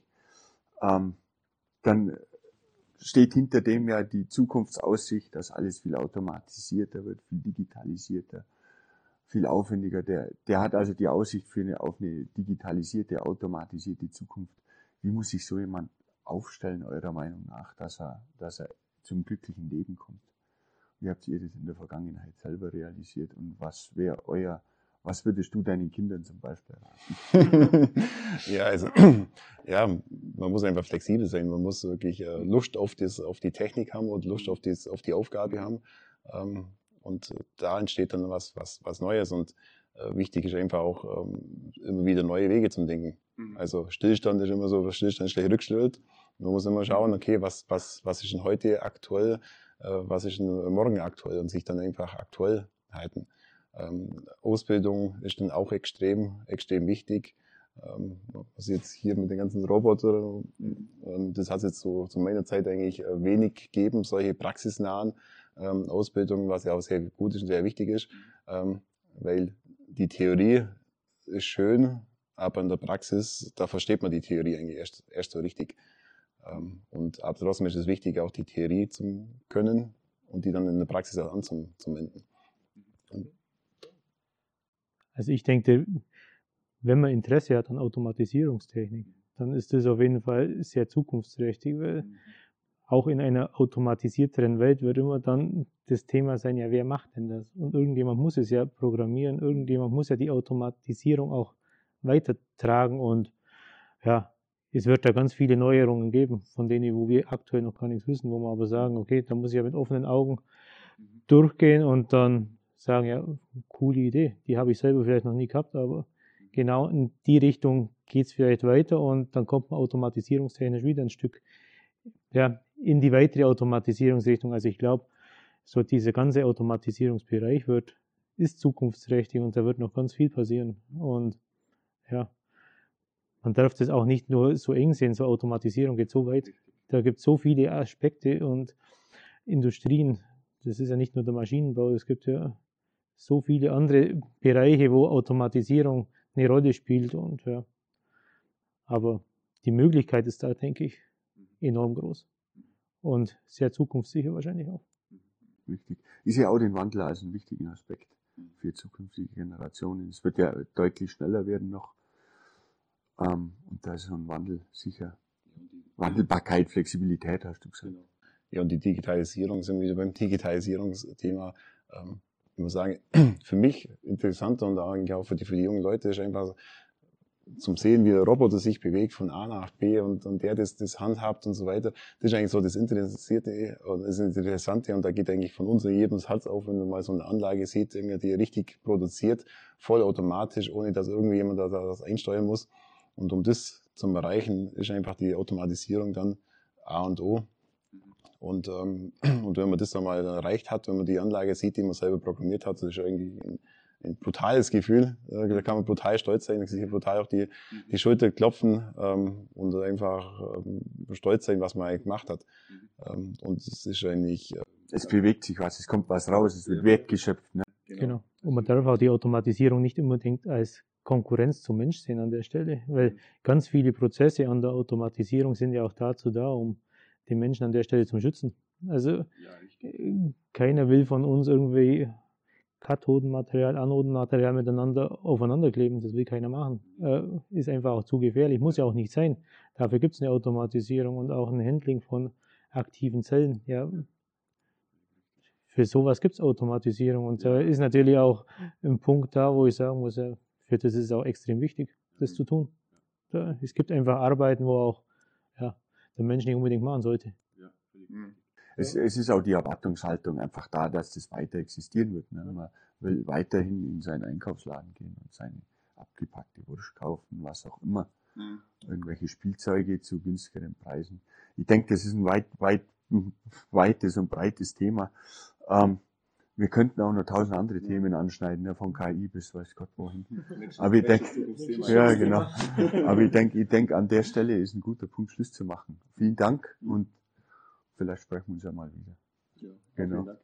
dann steht hinter dem ja die Zukunftsaussicht, dass alles viel automatisierter wird, viel digitalisierter, viel aufwendiger. Der hat also die Aussicht auf eine digitalisierte, automatisierte Zukunft. Wie muss sich so jemand aufstellen, eurer Meinung nach, dass er zum glücklichen Leben kommt? Wie habt ihr das in der Vergangenheit selber realisiert und was würdest du deinen Kindern zum Beispiel raten? Ja, also, ja, man muss einfach flexibel sein. Man muss wirklich Lust auf die Technik haben und Lust auf die Aufgabe haben. Und da entsteht dann was Neues. Und wichtig ist einfach auch immer wieder neue Wege zum Denken. Also Stillstand ist immer so, Stillstand ist gleich Rückschritt. Man muss immer schauen, okay, was ist denn heute aktuell, was ist denn morgen aktuell und sich dann einfach aktuell halten. Ausbildung ist dann auch extrem wichtig. Was jetzt hier mit den ganzen Robotern, das hat es jetzt so zu meiner Zeit eigentlich wenig gegeben, solche praxisnahen Ausbildungen, was ja auch sehr gut ist und sehr wichtig ist, weil die Theorie ist schön, aber in der Praxis, da versteht man die Theorie eigentlich erst so richtig. Aber trotzdem ist es wichtig, auch die Theorie zu können und die dann in der Praxis auch anzuwenden. Also ich denke, wenn man Interesse hat an Automatisierungstechnik, dann ist das auf jeden Fall sehr zukunftsträchtig, weil auch in einer automatisierteren Welt wird immer dann das Thema sein, ja, wer macht denn das? Und irgendjemand muss es ja programmieren, irgendjemand muss ja die Automatisierung auch weitertragen und ja, es wird da ganz viele Neuerungen geben, von denen, wo wir aktuell noch gar nichts wissen, wo wir aber sagen, okay, da muss ich ja mit offenen Augen durchgehen und dann sagen, ja, coole Idee, die habe ich selber vielleicht noch nie gehabt, aber genau in die Richtung geht es vielleicht weiter und dann kommt man automatisierungstechnisch wieder ein Stück in die weitere Automatisierungsrichtung. Also ich glaube, so dieser ganze Automatisierungsbereich ist zukunftsträchtig und da wird noch ganz viel passieren. Und ja, man darf das auch nicht nur so eng sehen, so Automatisierung geht so weit. Da gibt es so viele Aspekte und Industrien. Das ist ja nicht nur der Maschinenbau, es gibt ja so viele andere Bereiche, wo Automatisierung eine Rolle spielt. Und ja, aber die Möglichkeit ist da, denke ich, enorm groß. Und sehr zukunftssicher wahrscheinlich auch. Richtig. Ich sehe auch den Wandel als einen wichtigen Aspekt für zukünftige Generationen. Es wird ja deutlich schneller werden noch. Und da ist so ein Wandel sicher. Wandelbarkeit, Flexibilität, hast du gesagt. Ja, und die Digitalisierung, sind wir wieder beim Digitalisierungsthema. Ich muss sagen, für mich interessanter und eigentlich auch für die jungen Leute ist einfach zum Sehen, wie der Roboter sich bewegt von A nach B und der das handhabt und so weiter. Das ist eigentlich so das Interessante und da geht eigentlich von uns jedem das Herz auf, wenn man mal so eine Anlage sieht, die richtig produziert, vollautomatisch, ohne dass irgendjemand das einsteuern muss. Und um das zu erreichen, ist einfach die Automatisierung dann A und O. Und wenn man das dann mal erreicht hat, wenn man die Anlage sieht, die man selber programmiert hat, das ist irgendwie ein brutales Gefühl. Da kann man brutal stolz sein, sich brutal auf die Schulter klopfen und einfach stolz sein, was man eigentlich gemacht hat. Und es ist eigentlich... es bewegt sich was, es kommt was raus, es wird wertgeschöpft. Ne? Genau. Und man darf auch die Automatisierung nicht unbedingt als Konkurrenz zum Mensch sehen an der Stelle, weil ganz viele Prozesse an der Automatisierung sind ja auch dazu da, um den Menschen an der Stelle zu schützen. Also keiner will von uns irgendwie Kathodenmaterial, Anodenmaterial miteinander aufeinander kleben, das will keiner machen. Ist einfach auch zu gefährlich, muss ja auch nicht sein. Dafür gibt es eine Automatisierung und auch ein Handling von aktiven Zellen. Ja, für sowas gibt es Automatisierung und da ist natürlich auch ein Punkt da, wo ich sagen muss, ja, für das ist es auch extrem wichtig, das zu tun. Es gibt einfach Arbeiten, wo auch der Mensch nicht unbedingt machen sollte. Es ist auch die Erwartungshaltung einfach da, dass das weiter existieren wird. Ne? Man will weiterhin in seinen Einkaufsladen gehen und seine abgepackte Wurst kaufen, was auch immer. Irgendwelche Spielzeuge zu günstigeren Preisen. Ich denke, das ist ein weites und breites Thema. Wir könnten auch noch 1000 andere Themen anschneiden, ne, von KI bis weiß Gott wohin. Aber ich denke, ja, genau. Aber ich denke, an der Stelle ist ein guter Punkt, Schluss zu machen. Vielen Dank und vielleicht sprechen wir uns ja mal wieder. Ja, Genau. vielen Dank.